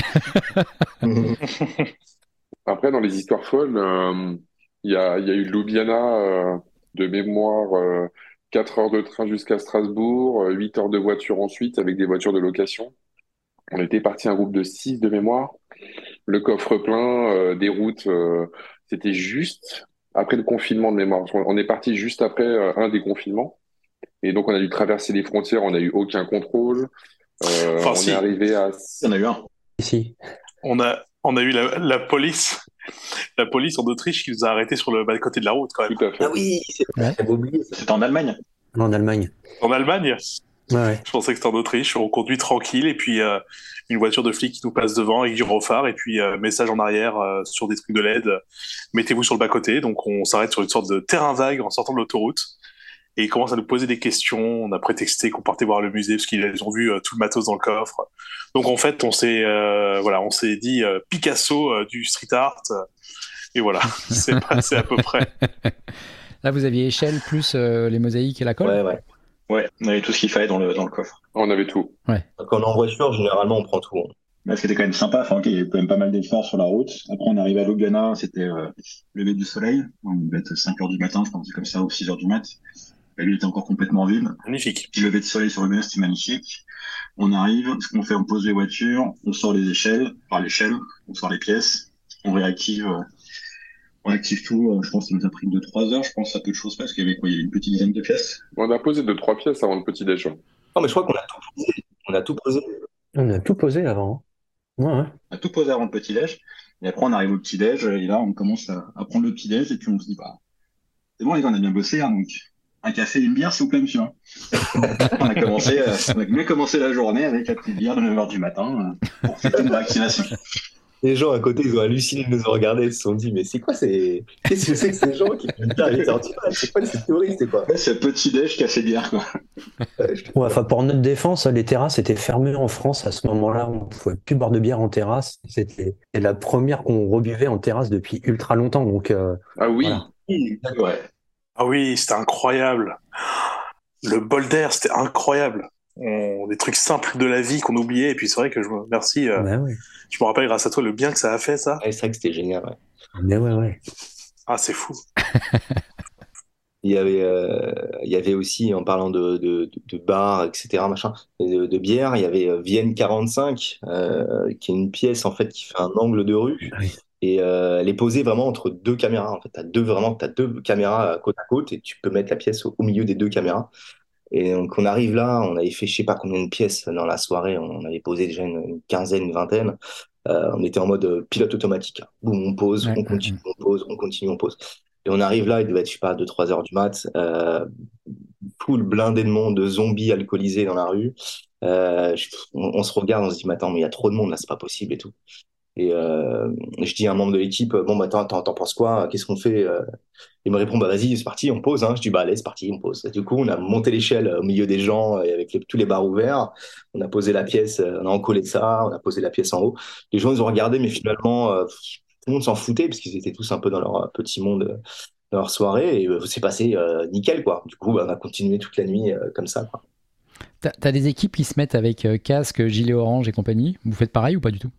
Après, dans les histoires folles, il y a eu Ljubljana de mémoire, 4 heures de train jusqu'à Strasbourg, 8 heures de voiture ensuite avec des voitures de location. On était parti un groupe de 6 de mémoire. Le coffre plein, des routes, c'était juste après le confinement de mémoire. On est parti juste après un des confinements. Et donc, on a dû traverser les frontières, on n'a eu aucun contrôle. Enfin, on est arrivé à... Il y en a eu un. Ici. On a eu la police en Autriche qui nous a arrêtés sur le côté de la route quand même. Tout à fait. Ah oui, j'avais oublié. C'était en Allemagne. En Allemagne. En Allemagne, Ouais. je pensais que c'était en Autriche. On conduit tranquille et puis une voiture de flic qui nous passe devant avec gyrophare et puis message en arrière sur des trucs de LED. Mettez-vous sur le bas-côté. Donc on s'arrête sur une sorte de terrain vague en sortant de l'autoroute. Et ils commencent à nous poser des questions. On a prétexté qu'on partait voir le musée parce qu'ils ont vu tout le matos dans le coffre. Donc en fait, on s'est dit Picasso du street art. Et voilà, c'est passé à peu près. Là, vous aviez échelle plus les mosaïques et la colle. Ouais. Ouais, on avait tout ce qu'il fallait dans le coffre. On avait tout. Quand on est en voiture, généralement, on prend tout. Là, ce qui était quand même sympa, enfin, il y avait quand même pas mal d'efforts sur la route. Après, on est arrivé à Ljubljana, c'était lever du soleil. On devait être 5 heures du matin, je pense, comme ça, ou 6 heures du mat. La ville était encore complètement vide. Magnifique. Petit lever de soleil sur le mur, c'était magnifique. On arrive, ce qu'on fait, on pose les voitures, on sort les échelles, par l'échelle, on sort les pièces. on réactive. On active tout, je pense que ça nous a pris 2-3 heures, je pense, à peu de choses parce qu'il y avait quoi, il y avait une petite dizaine de pièces. On a posé 2-3 pièces avant le petit déj. Non, mais je crois qu'on a tout posé. On a tout posé. On a tout posé avant. Hein. Ouais, ouais. On a tout posé avant le petit-déj, et après on arrive au petit-déj, et là on commence à prendre le petit-déj, et puis on se dit, bah, c'est bon les gars, on a bien bossé, hein, donc un café et une bière, s'il vous plaît, monsieur. On a bien commencé la journée avec la petite bière de 9h du matin pour fêter une vaccination. Les gens à côté, ils ont halluciné de nous regarder. Ils se sont dit, mais c'est quoi qu'est-ce que c'est que ces gens qui font une bière à 8h du mat? C'est quoi ces touristes, c'est quoi? Ouais, c'est petit-déj, café, bière, quoi. Ouais, enfin, pour notre défense, les terrasses étaient fermées en France à ce moment-là. On ne pouvait plus boire de bière en terrasse. C'était la première qu'on rebuvait en terrasse depuis ultra longtemps. Donc, Ah oui, voilà. Ouais. Ah oui, c'était incroyable. Le bol d'air, c'était incroyable. Des trucs simples de la vie qu'on oubliait. Et puis c'est vrai que merci. Ouais, ouais. Je me rappelle grâce à toi le bien que ça a fait, ça. Ouais, c'est vrai que c'était génial. Ouais. Mais ouais, ouais. Ah, c'est fou. Il y avait aussi, en parlant de bars, etc., machin, de bière, il y avait Vienne 45, qui est une pièce en fait qui fait un angle de rue. Oui. Et elle est posée vraiment entre deux caméras. En fait, t'as deux caméras côte à côte et tu peux mettre la pièce au milieu des deux caméras. Et donc on arrive là, on avait fait je sais pas combien de pièces dans la soirée, on avait posé déjà une quinzaine, une vingtaine. On était en mode pilote automatique. Boum, on pose, Ouais, on continue, on pose, on continue, on pose. Et on arrive là, il devait être, je sais pas, 2-3 heures du mat, full blindé de monde, de zombies alcoolisés dans la rue. On se regarde, on se dit, mais attends, mais il y a trop de monde là, c'est pas possible et tout. Et je dis à un membre de l'équipe, bon, bah attends, t'en penses quoi? Qu'est-ce qu'on fait? Il me répond, bah vas-y, c'est parti, on pose. Hein. Je dis, bah allez, c'est parti, on pose. Et du coup, on a monté l'échelle au milieu des gens et avec tous les bars ouverts. On a posé la pièce, on a encollé ça, on a posé la pièce en haut. Les gens, ils ont regardé, mais finalement, tout le monde s'en foutait parce qu'ils étaient tous un peu dans leur petit monde, dans leur soirée. Et c'est passé nickel, quoi. Du coup, bah, on a continué toute la nuit comme ça, quoi. T'as des équipes qui se mettent avec casque, gilet orange et compagnie. Vous faites pareil ou pas du tout?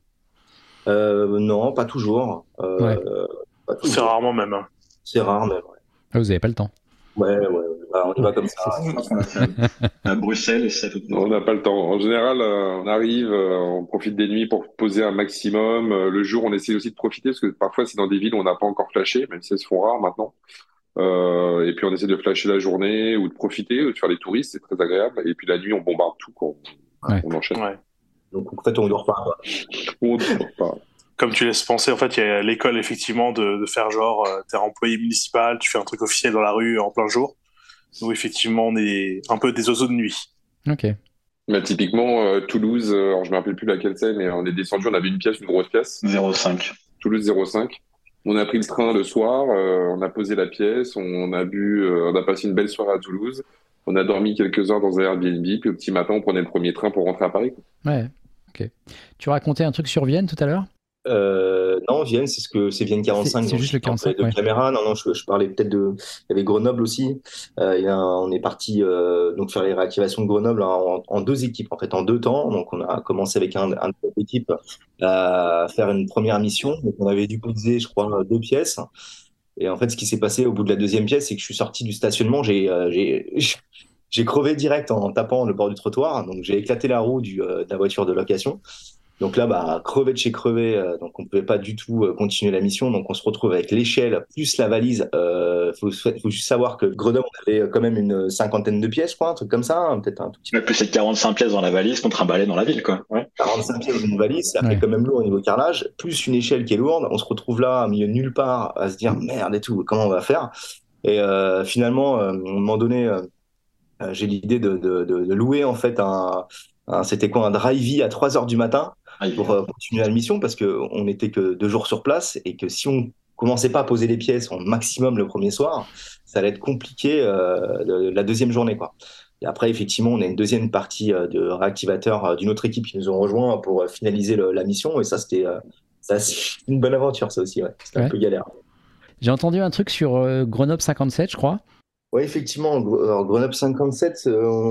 Non, pas toujours. Ouais. Pas C'est toujours. rarement même. Hein. C'est rare, mais ouais. Ah, vous avez pas le temps. Ouais, on y va comme ça. Je pense qu'on l'a fait à Bruxelles et c'est à peu près. on n'a pas le temps. En général, on arrive, on profite des nuits pour poser un maximum. Le jour, on essaie aussi de profiter parce que parfois, c'est dans des villes où on n'a pas encore flashé, même si elles se font rares maintenant. Et puis, on essaie de flasher la journée ou de profiter, ou de faire les touristes, c'est très agréable. Et puis, la nuit, on bombarde tout quand Ouais. on enchaîne. Ouais. Donc, en fait, on dort pas, quoi. On ne dort pas. Comme tu laisses penser, en fait, il y a l'école, effectivement, de faire genre, t'es employé municipal, tu fais un truc officiel dans la rue en plein jour. Nous, effectivement, on est un peu des oiseaux de nuit. Ok. Mais typiquement, Toulouse, alors je me rappelle plus laquelle c'est, mais on est descendu, on avait une pièce, une grosse pièce. 0,5. Toulouse 05. On a pris le train le soir, on a posé la pièce, on a bu, on a passé une belle soirée à Toulouse. On a dormi quelques heures dans un Airbnb, puis au petit matin, on prenait le premier train pour rentrer à Paris. Ouais. Ok. Tu racontais un truc sur Vienne tout à l'heure? Non, Vienne, c'est Vienne 45. C'est donc juste je le parlais 45, de ouais. caméra. Non, je parlais peut-être il y avait Grenoble aussi. On est parti donc faire les réactivations de Grenoble en deux équipes, en fait, en deux temps. Donc, on a commencé avec un de notre équipe à faire une première mission. Donc, on avait dû poser, je crois, deux pièces. Et en fait, ce qui s'est passé au bout de la deuxième pièce, c'est que je suis sorti du stationnement. J'ai crevé direct en tapant le bord du trottoir. Donc, j'ai éclaté la roue de la voiture de location. Donc là, bah, crevé de chez crevé, donc on ne pouvait pas du tout continuer la mission. Donc on se retrouve avec l'échelle plus la valise. Faut juste savoir que Grenoble, on avait quand même une cinquantaine de pièces, quoi, un truc comme ça, hein, peut-être un tout petit peu. Mais plus c'est 45 pièces dans la valise qu'on trimbalait dans la ville, quoi. Ouais. 45 pièces dans une valise, ça fait Ouais. quand même lourd au niveau carrelage, plus une échelle qui est lourde. On se retrouve là, au milieu de nulle part, à se dire merde et tout, comment on va faire? Et finalement, à un moment donné, j'ai l'idée de louer en fait c'était quoi, un drive-y à 3 heures du matin pour continuer la mission parce que on n'était que 2 jours sur place et que si on commençait pas à poser les pièces en maximum le premier soir, ça allait être compliqué la deuxième journée, quoi. Et après, effectivement, on a une deuxième partie de réactivateurs d'une autre équipe qui nous ont rejoints pour finaliser la mission. Et ça, c'est une bonne aventure, ça aussi. Ouais. C'était un Ouais. peu galère. J'ai entendu un truc sur Grenoble 57, je crois. Oui, effectivement, alors, Grenoble 57,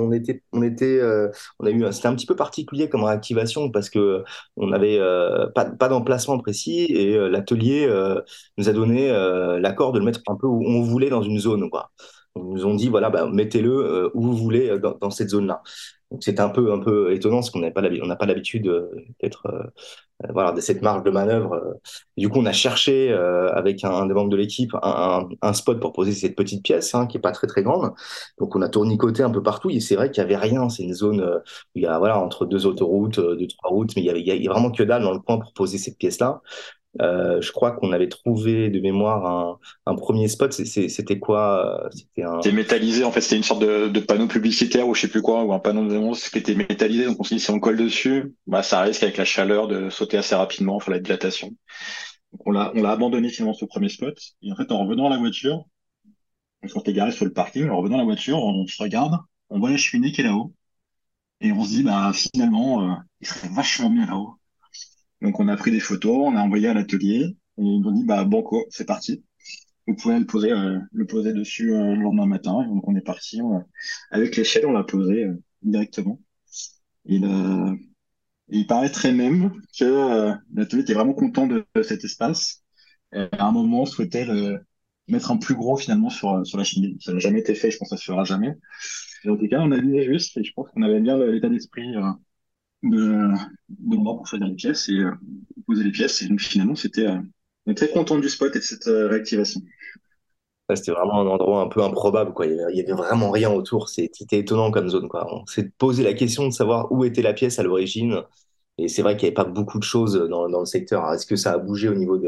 c'était un petit peu particulier comme réactivation parce que on avait pas d'emplacement précis et l'atelier nous a donné l'accord de le mettre un peu où on voulait dans une zone, quoi. Ils nous ont dit, voilà, mettez-le où vous voulez dans cette zone-là. Donc c'était un peu étonnant parce qu'on on n'a pas l'habitude d'être voilà, de cette marge de manœuvre. Et du coup, on a cherché avec un des membres de l'équipe un spot pour poser cette petite pièce qui est pas très très grande. Donc on a tournicoté un peu partout et c'est vrai qu'il y avait rien. C'est une zone où il y a voilà entre deux autoroutes, deux trois routes, mais il y a vraiment que dalle dans le coin pour poser cette pièce-là. Je crois qu'on avait trouvé de mémoire un premier spot. C'était quoi? C'était un. C'était métallisé, en fait, c'était une sorte de panneau publicitaire ou je sais plus quoi, ou un panneau d'annonce qui était métallisé. Donc on s'est dit, si on colle dessus, bah, ça risque avec la chaleur de sauter assez rapidement, enfin la dilatation. Donc on l'a abandonné finalement ce premier spot. Et en fait, en revenant à la voiture, on s'était garé sur le parking, en revenant à la voiture, on se regarde, on voit la cheminée qui est là-haut. Et on se dit, bah, finalement, il serait vachement mieux là-haut. Donc on a pris des photos, on a envoyé à l'atelier, et ils nous ont dit, bah, banco, c'est parti. Vous pouvez le poser dessus le lendemain matin. Et donc on est parti avec l'échelle, on l'a posé directement. Il, euh, il paraîtrait même que l'atelier était vraiment content de cet espace. Et à un moment, on souhaitait mettre un plus gros finalement sur la cheminée. Ça n'a jamais été fait, je pense que ça se fera jamais. Et en tout cas, on a dit juste, et je pense qu'on avait bien l'état d'esprit de, de l'endroit pour choisir les pièces et poser les pièces. Et donc finalement, on est très content du spot et de cette réactivation. Ouais, c'était vraiment un endroit un peu improbable, quoi. Il y avait vraiment rien autour. C'était étonnant comme zone, quoi. On s'est posé la question de savoir où était la pièce à l'origine. Et c'est vrai qu'il n'y avait pas beaucoup de choses dans le secteur. Alors, est-ce que ça a bougé au niveau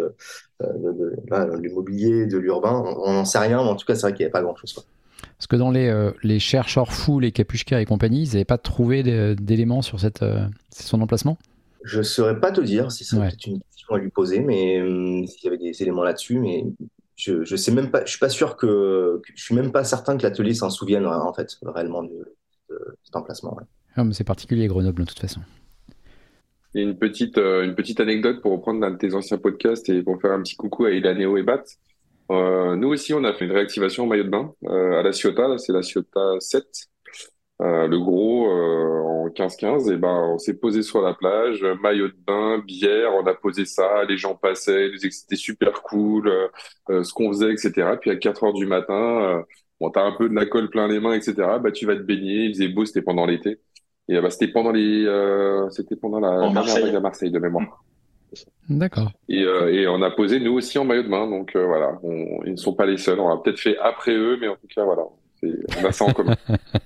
de l'immobilier, de l'urbain? On n'en sait rien, mais en tout cas, c'est vrai qu'il n'y avait pas grand-chose, quoi. Parce que dans les chercheurs fous, les Kapushka et compagnie, ils n'avaient pas trouvé d'éléments sur son emplacement? Je ne saurais pas te dire si c'est Ouais. peut-être une question à lui poser, mais s'il y avait des éléments là-dessus, mais je sais même pas, je suis pas sûr je suis même pas certain que l'atelier s'en souvienne en fait réellement de cet emplacement. Ouais. Ah, mais c'est particulier Grenoble de toute façon. Il y a une petite anecdote pour reprendre un de tes anciens podcasts et pour faire un petit coucou à Ilaneo et Bat. Nous aussi, on a fait une réactivation en maillot de bain à la Ciotat. Là, c'est la Ciotat 7. Le gros en 15-15, et ben on s'est posé sur la plage, maillot de bain, bière, on a posé ça, les gens passaient, ils disaient que c'était super cool, ce qu'on faisait, etc. Puis à 4 heures du matin, bon, t'as un peu de la colle plein les mains, etc. Bah tu vas te baigner, il faisait beau, c'était pendant l'été. Et bah c'était pendant la En dernière Marseille. vague à Marseille de mémoire. D'accord. Et on a posé nous aussi en maillot de bain, donc voilà, ils ne sont pas les seuls. On a peut-être fait après eux, mais en tout cas voilà, on a ça en commun.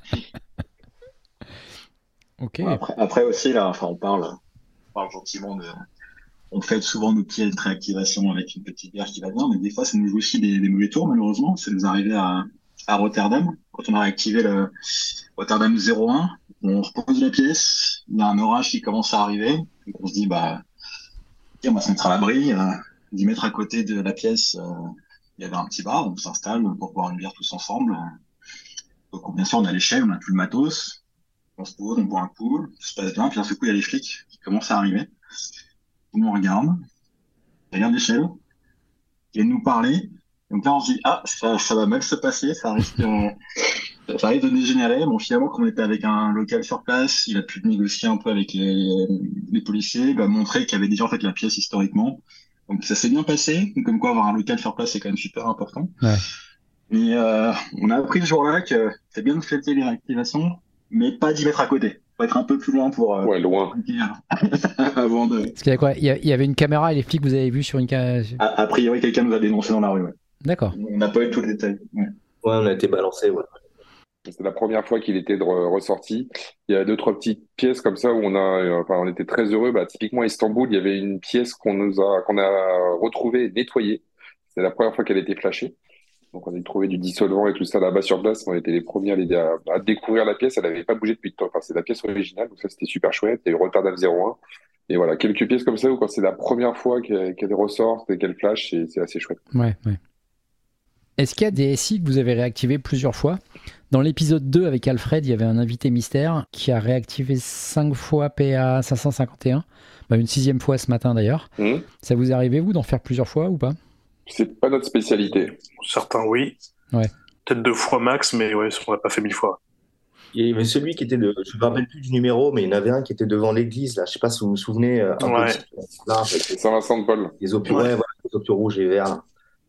Ok. Ouais, après aussi, là, enfin, on parle gentiment on fait souvent nos petites réactivations avec une petite bière qui va bien, mais des fois, ça nous joue aussi des mauvais tours, malheureusement. Ça nous est arrivé à Rotterdam, quand on a réactivé le Rotterdam 01. On repose la pièce, il y a un orage qui commence à arriver, donc on se dit, bah, ok, on va se mettre à l'abri, 10 mètres à côté de la pièce, il y avait un petit bar, on s'installe pour boire une bière tous ensemble. Donc, bien sûr, on a l'échelle, on a tout le matos, on se pose, on boit un coup, tout se passe bien, puis d'un seul coup, il y a les flics qui commencent à arriver. Ils nous regardent, ils regardent l'échelle, ils viennent nous parler. Donc là, on se dit, ah, ça va mal se passer, ça risque de dégénérer. Bon, finalement, comme on était avec un local sur place, il a pu négocier un peu avec les policiers, il a montré qu'il y avait déjà en fait la pièce historiquement. Donc ça s'est bien passé, comme quoi avoir un local sur place, c'est quand même super important. Ouais. Mais on a appris ce jour-là que c'est bien de fêter les réactivations, mais pas 10 mètres à côté. Faut être un peu plus loin pour Ouais, loin. avant de. Parce qu'il y a quoi? Il y avait une caméra et les flics, vous avez vu sur une caméra? A priori, quelqu'un nous a dénoncé dans la rue. Ouais. D'accord. On n'a pas eu tous les détails. Ouais. Ouais, on a été balancé. Ouais. C'était la première fois qu'il était ressorti. Il y a deux, trois petites pièces comme ça où on était très heureux. Bah, typiquement à Istanbul, il y avait une pièce qu'on a retrouvée et nettoyée. C'est la première fois qu'elle était flashée. Donc, on a trouvé du dissolvant et tout ça là-bas sur place. On était les premiers à découvrir la pièce. Elle n'avait pas bougé depuis le temps. Enfin, c'est la pièce originale. Donc, ça, c'était super chouette. Il y a eu Rotterdam 01. Et voilà, quelques pièces comme ça où quand c'est la première fois qu'elle ressort et qu'elle flash, c'est assez chouette. Ouais. Est-ce qu'il y a des SI que vous avez réactivés plusieurs fois? Dans l'épisode 2 avec Alfred, il y avait un invité mystère qui a réactivé 5 fois PA 551. Une 6e fois ce matin d'ailleurs. Ça vous est arrivé, vous, d'en faire plusieurs fois ou pas? C'est pas notre spécialité. Certains, oui. Ouais. Peut-être 2 fois max, mais ouais, on n'a pas fait 1000 fois. Il y avait celui qui était je me rappelle plus du numéro, mais il y en avait un qui était devant l'église là. Je sais pas si vous vous souvenez. Un peu Ouais. là, avec C'est Saint-Vincent de Paul. les opus, ouais, voilà, les opus rouges et verts. Là.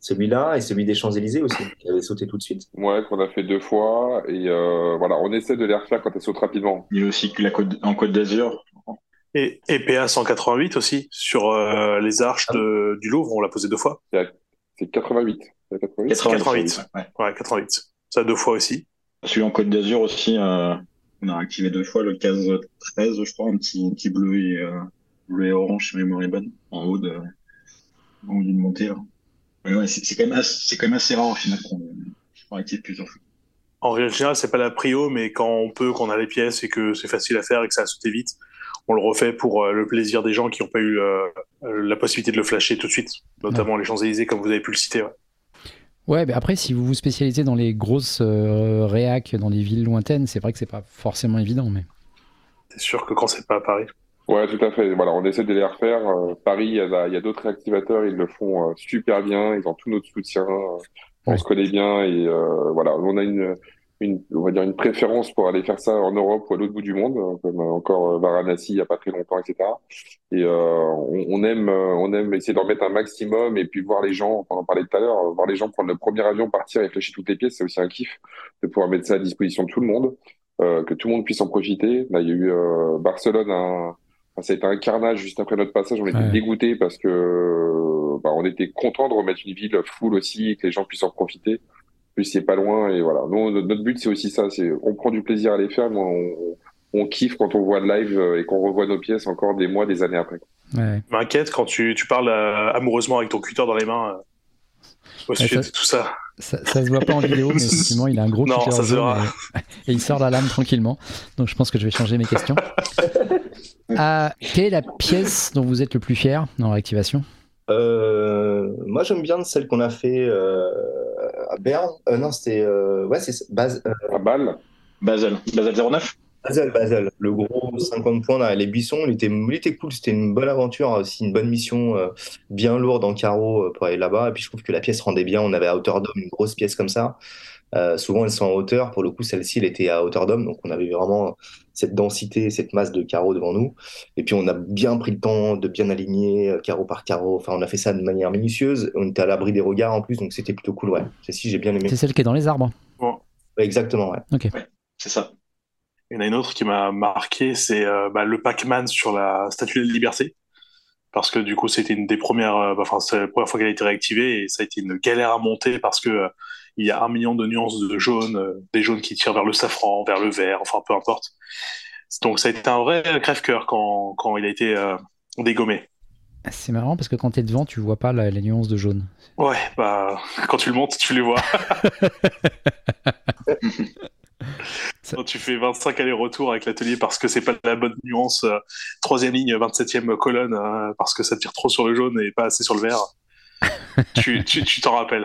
celui-là et celui des Champs-Élysées aussi, qui avait sauté tout de suite. Ouais, qu'on a fait 2 fois. Et voilà, on essaie de les refaire quand elles sautent rapidement. Il y a aussi que en Côte d'Azur. Et PA 188 aussi, sur les arches du Louvre, on l'a posé 2 fois. C'est 88. C'est 88. 88. Ouais, 88. Ça 2 fois aussi. Celui en Côte d'Azur aussi, on a activé 2 fois le 15-13, je crois, un petit bleu et orange, si ma mémoire est bonne, en haut d'une montée. Là. Ouais, c'est quand même assez rare au final qu'on active plusieurs fois. En règle générale, c'est pas la prio, mais quand on peut, qu'on a les pièces et que c'est facile à faire et que ça a sauté vite, on le refait pour le plaisir des gens qui n'ont pas eu la possibilité de le flasher tout de suite, notamment les Champs-Élysées, comme vous avez pu le citer. Ouais, mais après, si vous vous spécialisez dans les grosses réacs dans les villes lointaines, c'est vrai que c'est pas forcément évident. Mais c'est sûr que quand c'est pas à Paris. Ouais, tout à fait. Voilà, on essaie de les refaire. Paris, il y a d'autres réactivateurs, ils le font super bien. Ils ont tout notre soutien. On se connaît bien et voilà, on a on va dire une préférence pour aller faire ça en Europe ou à l'autre bout du monde, comme encore Varanasi il y a pas très longtemps, etc. Et on aime essayer d'en mettre un maximum et puis voir les gens, on en parlait tout à l'heure, voir les gens prendre le premier avion, partir et flasher toutes les pièces, c'est aussi un kiff de pouvoir mettre ça à disposition de tout le monde, que tout le monde puisse en profiter. Là, il y a eu Barcelone, ça a été un carnage juste après notre passage, on était dégoûtés parce que on était contents de remettre une ville full aussi et que les gens puissent en profiter. Plus c'est pas loin et voilà. Nous, notre but c'est aussi ça, c'est on prend du plaisir à les faire, mais on kiffe quand on voit le live et qu'on revoit nos pièces encore des mois, des années après. Ouais. M'inquiète quand tu parles amoureusement avec ton cutter dans les mains au sujet de tout ça. Ça se voit pas en vidéo, mais effectivement, il a un gros cutter ça se jaune verra. et il sort la lame tranquillement. Donc je pense que je vais changer mes questions. Quelle est la pièce dont vous êtes le plus fier en réactivation ? Moi, j'aime bien celle qu'on a fait à Berne. Non, c'était c'est À Bâle. Basel 09. Basel. Le gros 50 points derrière les buissons, il était cool. C'était une bonne aventure, aussi une bonne mission, bien lourde en carreau pour aller là-bas. Et puis je trouve que la pièce rendait bien. On avait à hauteur d'homme une grosse pièce comme ça. Souvent elles sont en hauteur. Pour le coup, celle-ci, elle était à hauteur d'homme, donc on avait vraiment cette densité, cette masse de carreaux devant nous. Et puis on a bien pris le temps de bien aligner carreau par carreau. Enfin, on a fait ça de manière minutieuse. On était à l'abri des regards en plus, donc c'était plutôt cool. Ouais, celle-ci, j'ai bien aimé. C'est celle qui est dans les arbres. Bon. Exactement, ouais. Ok. Ouais, c'est ça. Il y en a une autre qui m'a marqué, c'est le Pac-Man sur la Statue de la Liberté. Parce que du coup, c'était une des premières, c'est la première fois qu'elle a été réactivée et ça a été une galère à monter parce que il y a 1 million de nuances de jaune, des jaunes qui tirent vers le safran, vers le vert, enfin peu importe. Donc ça a été un vrai crève-cœur quand il a été dégommé. C'est marrant parce que quand t'es devant, tu vois pas les nuances de jaune. Ouais, quand tu le montes, tu les vois. Quand tu fais 25 allers-retours avec l'atelier parce que c'est pas la bonne nuance, 3e ligne, 27e colonne, parce que ça tire trop sur le jaune et pas assez sur le vert, tu t'en rappelles.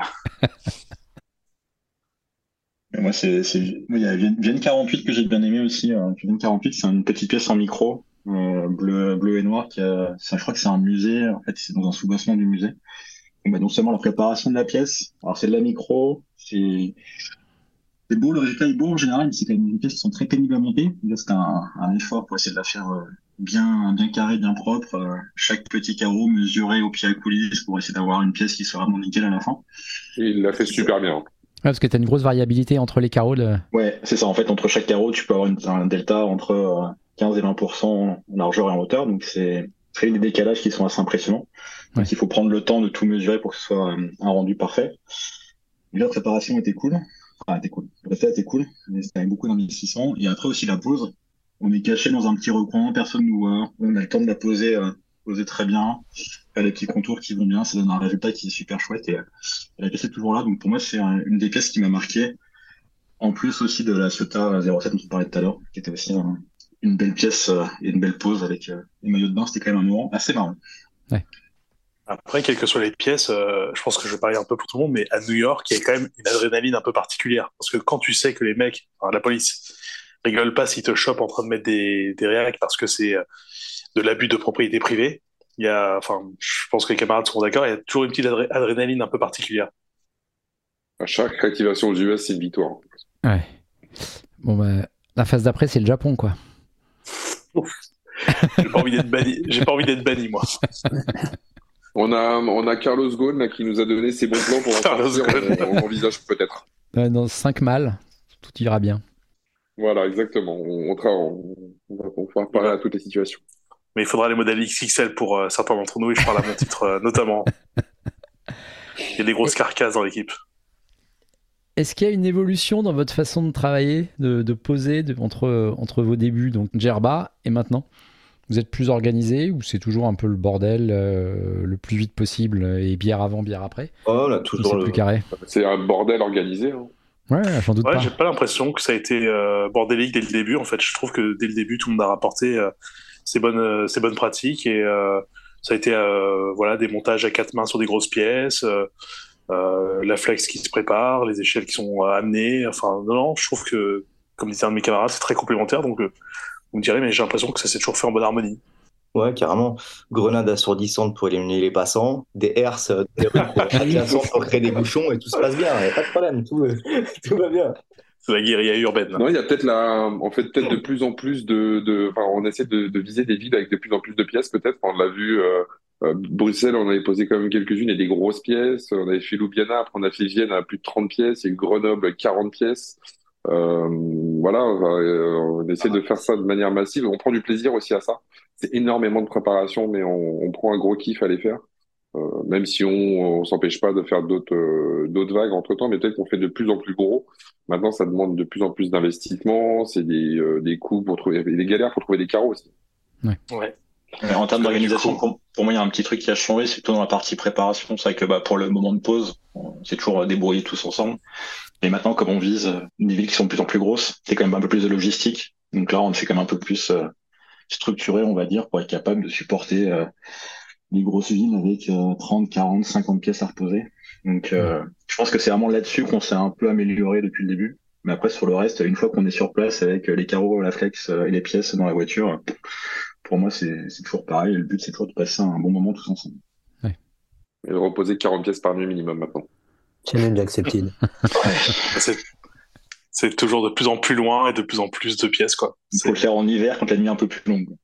Moi, il y a Vienne 48 que j'ai bien aimé aussi. Vienne 48, c'est une petite pièce en micro, bleu et noir, je crois que c'est un musée, en fait, c'est dans un sous-bassement du musée. Donc, non seulement la préparation de la pièce, alors c'est de la micro, c'est beau, le résultat est beau en général, mais c'est quand même des pièces qui sont très pénibles à monter. Là, c'était un effort pour essayer de la faire bien carré, bien propre. Chaque petit carreau mesuré au pied à coulisse pour essayer d'avoir une pièce qui soit vraiment nickel à la fin. Et il l'a fait super bien. Ouais, parce que tu as une grosse variabilité entre les carreaux. Ouais, c'est ça. En fait, entre chaque carreau, tu peux avoir un delta entre 15 et 20% en largeur et en hauteur. Donc, c'est des décalages qui sont assez impressionnants. Donc, il faut prendre le temps de tout mesurer pour que ce soit un rendu parfait. La préparation était cool. Était cool. Le résultat était cool, mais c'était avec beaucoup d'investissement. Et après aussi la pose. On est caché dans un petit recoin, personne nous voit. On a le temps de la poser très bien. Faire des petits contours qui vont bien, ça donne un résultat qui est super chouette. Et la pièce est toujours là. Donc pour moi, c'est une des pièces qui m'a marqué. En plus aussi de la Ciotat 07 dont on parlait tout à l'heure, qui était aussi une belle pièce et une belle pose avec les maillots de bain. C'était quand même un moment assez marrant. Ouais. Après, quelles que soient les pièces, je pense que je vais parler un peu pour tout le monde, mais à New York, il y a quand même une adrénaline un peu particulière. Parce que quand tu sais que les mecs, la police, rigolent pas s'ils te chopent en train de mettre des réacs parce que c'est de l'abus de propriété privée, je pense que les camarades seront d'accord, il y a toujours une petite adrénaline un peu particulière. À chaque réactivation aux US, c'est une victoire. Ouais. Bon, la phase d'après, c'est le Japon, quoi. J'ai pas envie d'être banni, moi. On a Carlos Ghosn là, qui nous a donné ses bons plans pour en Carlos sortir. Ghosn. On envisage peut-être. Dans 5 mâles, tout ira bien. Voilà, exactement. On va parler à toutes les situations. Mais il faudra les modèles XXL pour certains d'entre nous, et je parle à mon titre notamment. Il y a des grosses carcasses dans l'équipe. Est-ce qu'il y a une évolution dans votre façon de travailler, de poser entre vos débuts, donc Djerba, et maintenant? Vous êtes plus organisé ou c'est toujours un peu le bordel, le plus vite possible, et bière avant, bière après? Oh, on a Ou toujours c'est le. plus carré? C'est un bordel organisé. Hein. Ouais, j'en doute Ouais, pas. j'ai pas l'impression que ça a été bordélique dès le début. En fait, je trouve que dès le début, tout le monde a rapporté ses bonnes pratiques et ça a été voilà des montages à 4 mains sur des grosses pièces, la flex qui se prépare, les échelles qui sont amenées. Enfin, non, je trouve que, comme disait un de mes camarades, c'est très complémentaire. Donc, vous me direz, mais j'ai l'impression que ça s'est toujours fait en bonne harmonie. Ouais, carrément. Grenade assourdissante pour éliminer les passants, des herses des rues adjacentes pour créer des bouchons et tout se passe bien. Il n'y a pas de problème, tout va bien. C'est la guérilla urbaine. Non, il y a peut-être peut-être de plus en plus enfin, on essaie de viser des villes avec de plus en plus de pièces, peut-être. On l'a vu, Bruxelles, on avait posé quand même quelques-unes et des grosses pièces. On avait fait Ljubljana, après on a fait Vienne à plus de 30 pièces et Grenoble 40 pièces. Euh, voilà, on essaie de faire ça de manière massive. On prend du plaisir aussi à ça. C'est énormément de préparation, mais on prend un gros kiff à les faire. Même si on s'empêche pas de faire d'autres vagues entre-temps, mais peut-être qu'on fait de plus en plus gros. Maintenant, ça demande de plus en plus d'investissement, c'est des coûts pour trouver, des galères pour trouver des carreaux aussi. Ouais. Mais en termes d'organisation, pour moi, il y a un petit truc qui a changé, c'est plutôt dans la partie préparation. C'est vrai que pour le moment de pause, on s'est toujours débrouillé tous ensemble. Et maintenant, comme on vise des villes qui sont de plus en plus grosses, c'est quand même un peu plus de logistique. Donc là, on fait quand même un peu plus structuré, on va dire, pour être capable de supporter les grosses villes avec 30, 40, 50 pièces à reposer. Donc je pense que c'est vraiment là-dessus qu'on s'est un peu amélioré depuis le début. Mais après, sur le reste, une fois qu'on est sur place avec les carreaux, la flex et les pièces dans la voiture, pour moi, c'est toujours pareil. Le but, c'est toujours de passer un bon moment tous ensemble. Et de reposer 40 pièces par nuit minimum maintenant. Challenge accepted. C'est toujours de plus en plus loin et de plus en plus de pièces, quoi. Il faut le faire en hiver quand la nuit est un peu plus longue.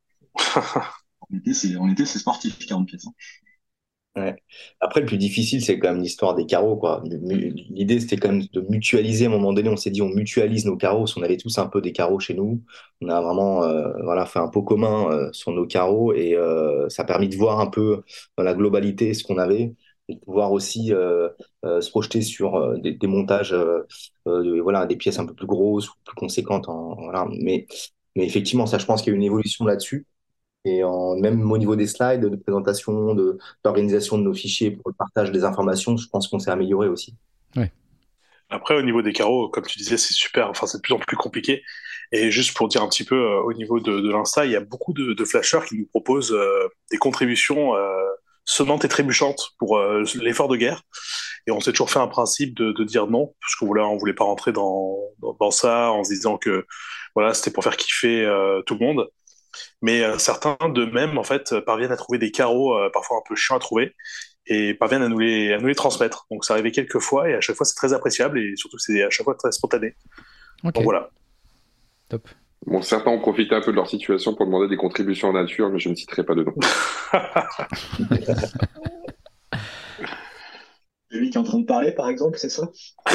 En été, c'est sportif, 40 pièces. Ouais. Après, le plus difficile, c'est quand même l'histoire des carreaux, quoi. L'idée, c'était quand même de mutualiser. À un moment donné, on s'est dit, on mutualise nos carreaux. On avait tous un peu des carreaux chez nous. On a vraiment, voilà, fait un pot commun sur nos carreaux et ça a permis de voir un peu dans la globalité ce qu'on avait et de pouvoir aussi se projeter sur des montages, voilà, des pièces un peu plus grosses ou plus conséquentes. Voilà. Mais effectivement, ça, je pense qu'il y a une évolution là-dessus. Et même au niveau des slides, de présentation, d'organisation de nos fichiers pour le partage des informations, je pense qu'on s'est amélioré aussi. Ouais. Après, au niveau des carreaux, comme tu disais, c'est super. Enfin, c'est de plus en plus compliqué. Et juste pour dire un petit peu, au niveau de l'Insta, il y a beaucoup de flasheurs qui nous proposent des contributions sonnantes et trébuchantes pour l'effort de guerre. Et on s'est toujours fait un principe de dire non, parce qu'on voulait pas rentrer dans ça en se disant que voilà, c'était pour faire kiffer tout le monde. Mais certains d'eux-mêmes, en fait, parviennent à trouver des carreaux parfois un peu chiants à trouver et parviennent à nous les transmettre. Donc ça arrivait quelques fois et à chaque fois c'est très appréciable et surtout c'est à chaque fois très spontané. Ok, Donc voilà. top. Bon, certains ont profité un peu de leur situation pour demander des contributions en nature, mais je ne citerai pas de nom. Celui qui est en train de parler, par exemple, c'est ça?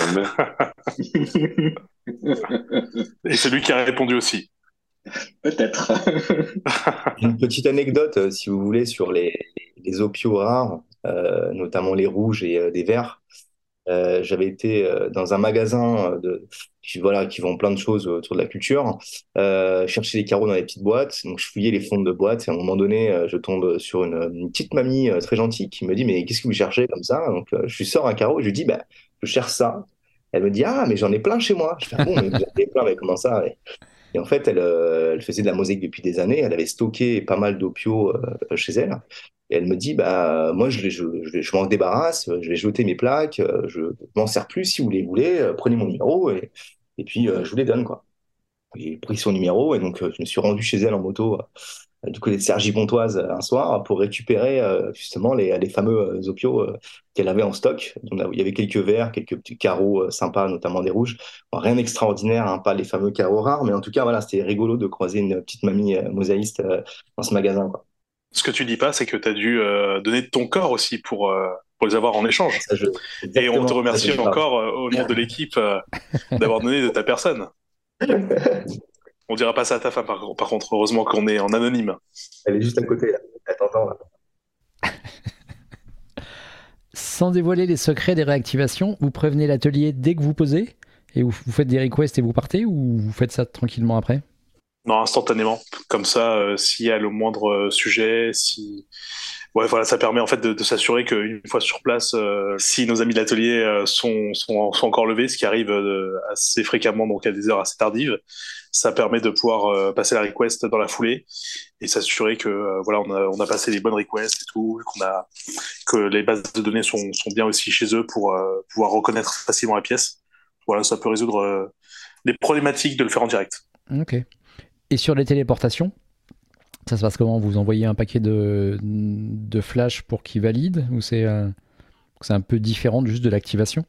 Et c'est lui qui a répondu aussi. Peut-être. Une petite anecdote, si vous voulez, sur les opios rares, notamment les rouges et des verts. J'avais été dans un magasin voilà, qui vend plein de choses autour de la culture, chercher des carreaux dans les petites boîtes. Donc je fouillais les fonds de boîtes et à un moment donné, je tombe sur une petite mamie très gentille qui me dit mais qu'est-ce que vous cherchez comme ça? Donc je lui sors un carreau et je lui dis bah je cherche ça. Elle me dit ah mais j'en ai plein chez moi. Je fais ah bon mais vous en avez plein mais comment ça? Et en fait, elle faisait de la mosaïque depuis des années. Elle avait stocké pas mal d'opios chez elle. Et elle me dit, bah, moi, je m'en débarrasse, je vais jeter mes plaques, je m'en sers plus si vous les voulez, prenez mon numéro et puis je vous les donne, quoi. J'ai pris son numéro et donc je me suis rendu chez elle en moto du côté de Cergy-Pontoise un soir pour récupérer justement les fameux opios qu'elle avait en stock. Donc, il y avait quelques verts, quelques petits carreaux sympas, notamment des rouges. Bon, rien d'extraordinaire, hein, pas les fameux carreaux rares, mais en tout cas, voilà, c'était rigolo de croiser une petite mamie mosaïste dans ce magasin, quoi. Ce que tu dis pas, c'est que tu as dû donner de ton corps aussi pour les avoir en échange. Et on te remercie encore au nom de l'équipe d'avoir donné de ta personne. On dira pas ça à ta femme, par contre. Heureusement qu'on est en anonyme. Elle est juste à côté, là. Attends, là. Sans dévoiler les secrets des réactivations, vous prévenez l'atelier dès que vous posez et vous faites des requests et vous partez, ou vous faites ça tranquillement après? Non, instantanément. Comme ça, s'il y a le moindre sujet, ouais, voilà, ça permet en fait de s'assurer qu'une fois sur place, si nos amis de l'atelier sont encore levés, ce qui arrive assez fréquemment, donc à des heures assez tardives, ça permet de pouvoir passer la request dans la foulée et s'assurer que voilà, on a passé les bonnes requests et tout, que les bases de données sont bien aussi chez eux pour pouvoir reconnaître facilement la pièce. Voilà, ça peut résoudre les problématiques de le faire en direct. Ok. Et sur les téléportations, ça se passe comment? Vous envoyez un paquet de flash pour qu'ils valident, ou c'est un peu différent juste de l'activation?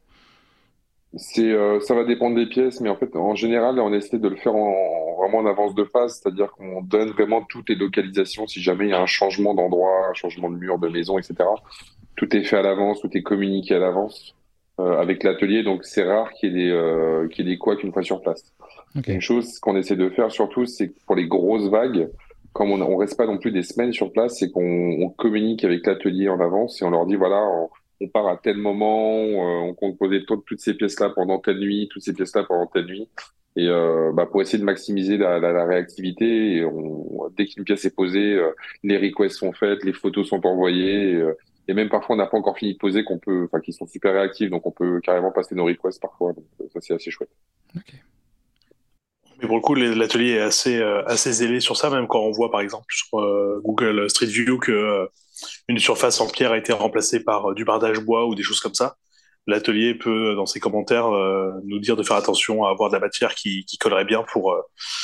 Ça va dépendre des pièces, mais en fait, en général, on essaie de le faire vraiment en avance de phase, c'est-à-dire qu'on donne vraiment toutes les localisations si jamais il y a un changement d'endroit, un changement de mur, de maison, etc. Tout est fait à l'avance, tout est communiqué à l'avance avec l'atelier, donc c'est rare qu'il y ait des couacs une fois sur place. Okay. Une chose qu'on essaie de faire surtout, c'est que pour les grosses vagues, comme on reste pas non plus des semaines sur place, c'est qu'on communique avec l'atelier en avance et on leur dit voilà, on part à tel moment, on compte poser toutes ces pièces-là pendant telle nuit, toutes ces pièces-là pendant telle nuit, et pour essayer de maximiser la réactivité. Et dès qu'une pièce est posée, les requests sont faites, les photos sont envoyées, et même parfois on n'a pas encore fini de poser qu'ils sont super réactifs, donc on peut carrément passer nos requests parfois. Donc ça c'est assez chouette. Okay. Mais pour le coup, l'atelier est assez zélé sur ça, même quand on voit par exemple sur Google Street View que une surface en pierre a été remplacée par du bardage bois ou des choses comme ça. L'atelier peut, dans ses commentaires, nous dire de faire attention à avoir de la matière qui collerait bien pour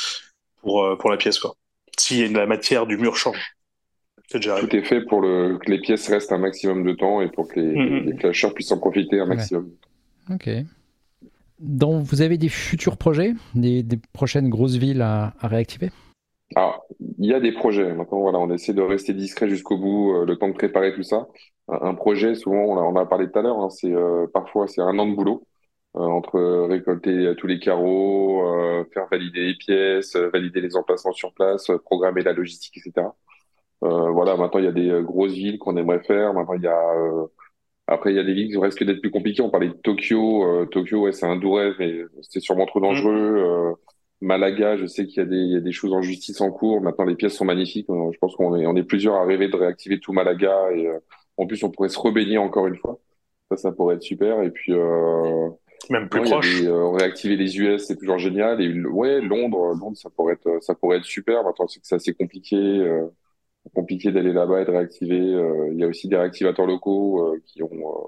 la pièce, quoi. Si la matière du mur change. Tout est fait pour que les pièces restent un maximum de temps et pour que les flasheurs puissent en profiter un maximum. Ouais. Ok. Donc, vous avez des futurs projets, des prochaines grosses villes à réactiver? Alors, il y a des projets. Maintenant, voilà, on essaie de rester discret jusqu'au bout, le temps de préparer tout ça. Un projet, souvent, on en a parlé tout à l'heure, hein, parfois c'est 1 an de boulot entre récolter tous les carreaux, faire valider les pièces, valider les emplacements sur place, programmer la logistique, etc. Voilà, maintenant il y a des grosses villes qu'on aimerait faire. Maintenant après il y a des villes qui risquent d'être plus compliquées. On parlait de Tokyo. Tokyo, ouais, c'est un doux rêve, mais c'est sûrement trop dangereux. Malaga, je sais qu'il y a des choses en justice en cours. Maintenant, les pièces sont magnifiques. Je pense qu'on est plusieurs à rêver de réactiver tout Malaga. Et en plus, on pourrait se rebaigner encore une fois. Ça pourrait être super. Et puis, même plus proche. Réactiver les US, c'est toujours génial. Et ouais, Londres, ça pourrait être super. Maintenant, c'est que c'est assez compliqué d'aller là-bas et de réactiver. Il y a aussi des réactivateurs locaux qui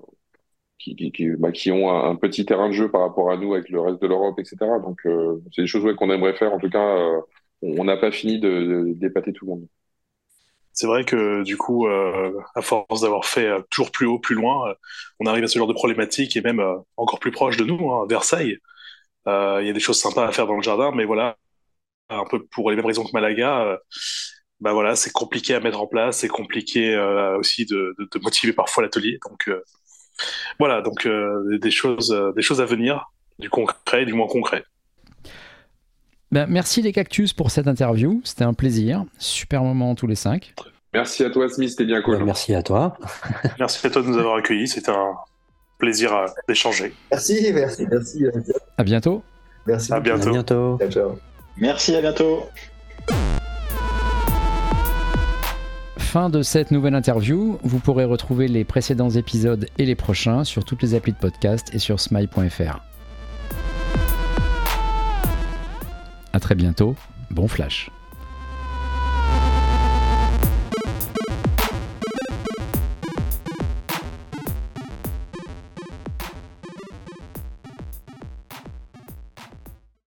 ont un petit terrain de jeu par rapport à nous avec le reste de l'Europe, etc. Donc, c'est des choses qu'on aimerait faire. En tout cas, on n'a pas fini d'épater tout le monde. C'est vrai que du coup, à force d'avoir fait toujours plus haut, plus loin, on arrive à ce genre de problématiques et même encore plus proche de nous, hein, Versailles. Il y a des choses sympas à faire dans le jardin, mais voilà, un peu pour les mêmes raisons que Malaga, voilà, c'est compliqué à mettre en place, c'est compliqué aussi de motiver parfois l'atelier. Donc voilà, donc des choses à venir, du concret, du moins concret. Merci les cactus pour cette interview, c'était un plaisir, super moment tous les 5. Merci à toi Smith, c'était bien cool. Merci à toi. Merci à toi de nous avoir accueillis, c'était un plaisir d'échanger. Merci. À bientôt. Merci. À bientôt. À bientôt. Ciao. Merci, à bientôt. Fin de cette nouvelle interview. Vous pourrez retrouver les précédents épisodes et les prochains sur toutes les applis de podcast et sur smile.fr. À très bientôt. Bon flash.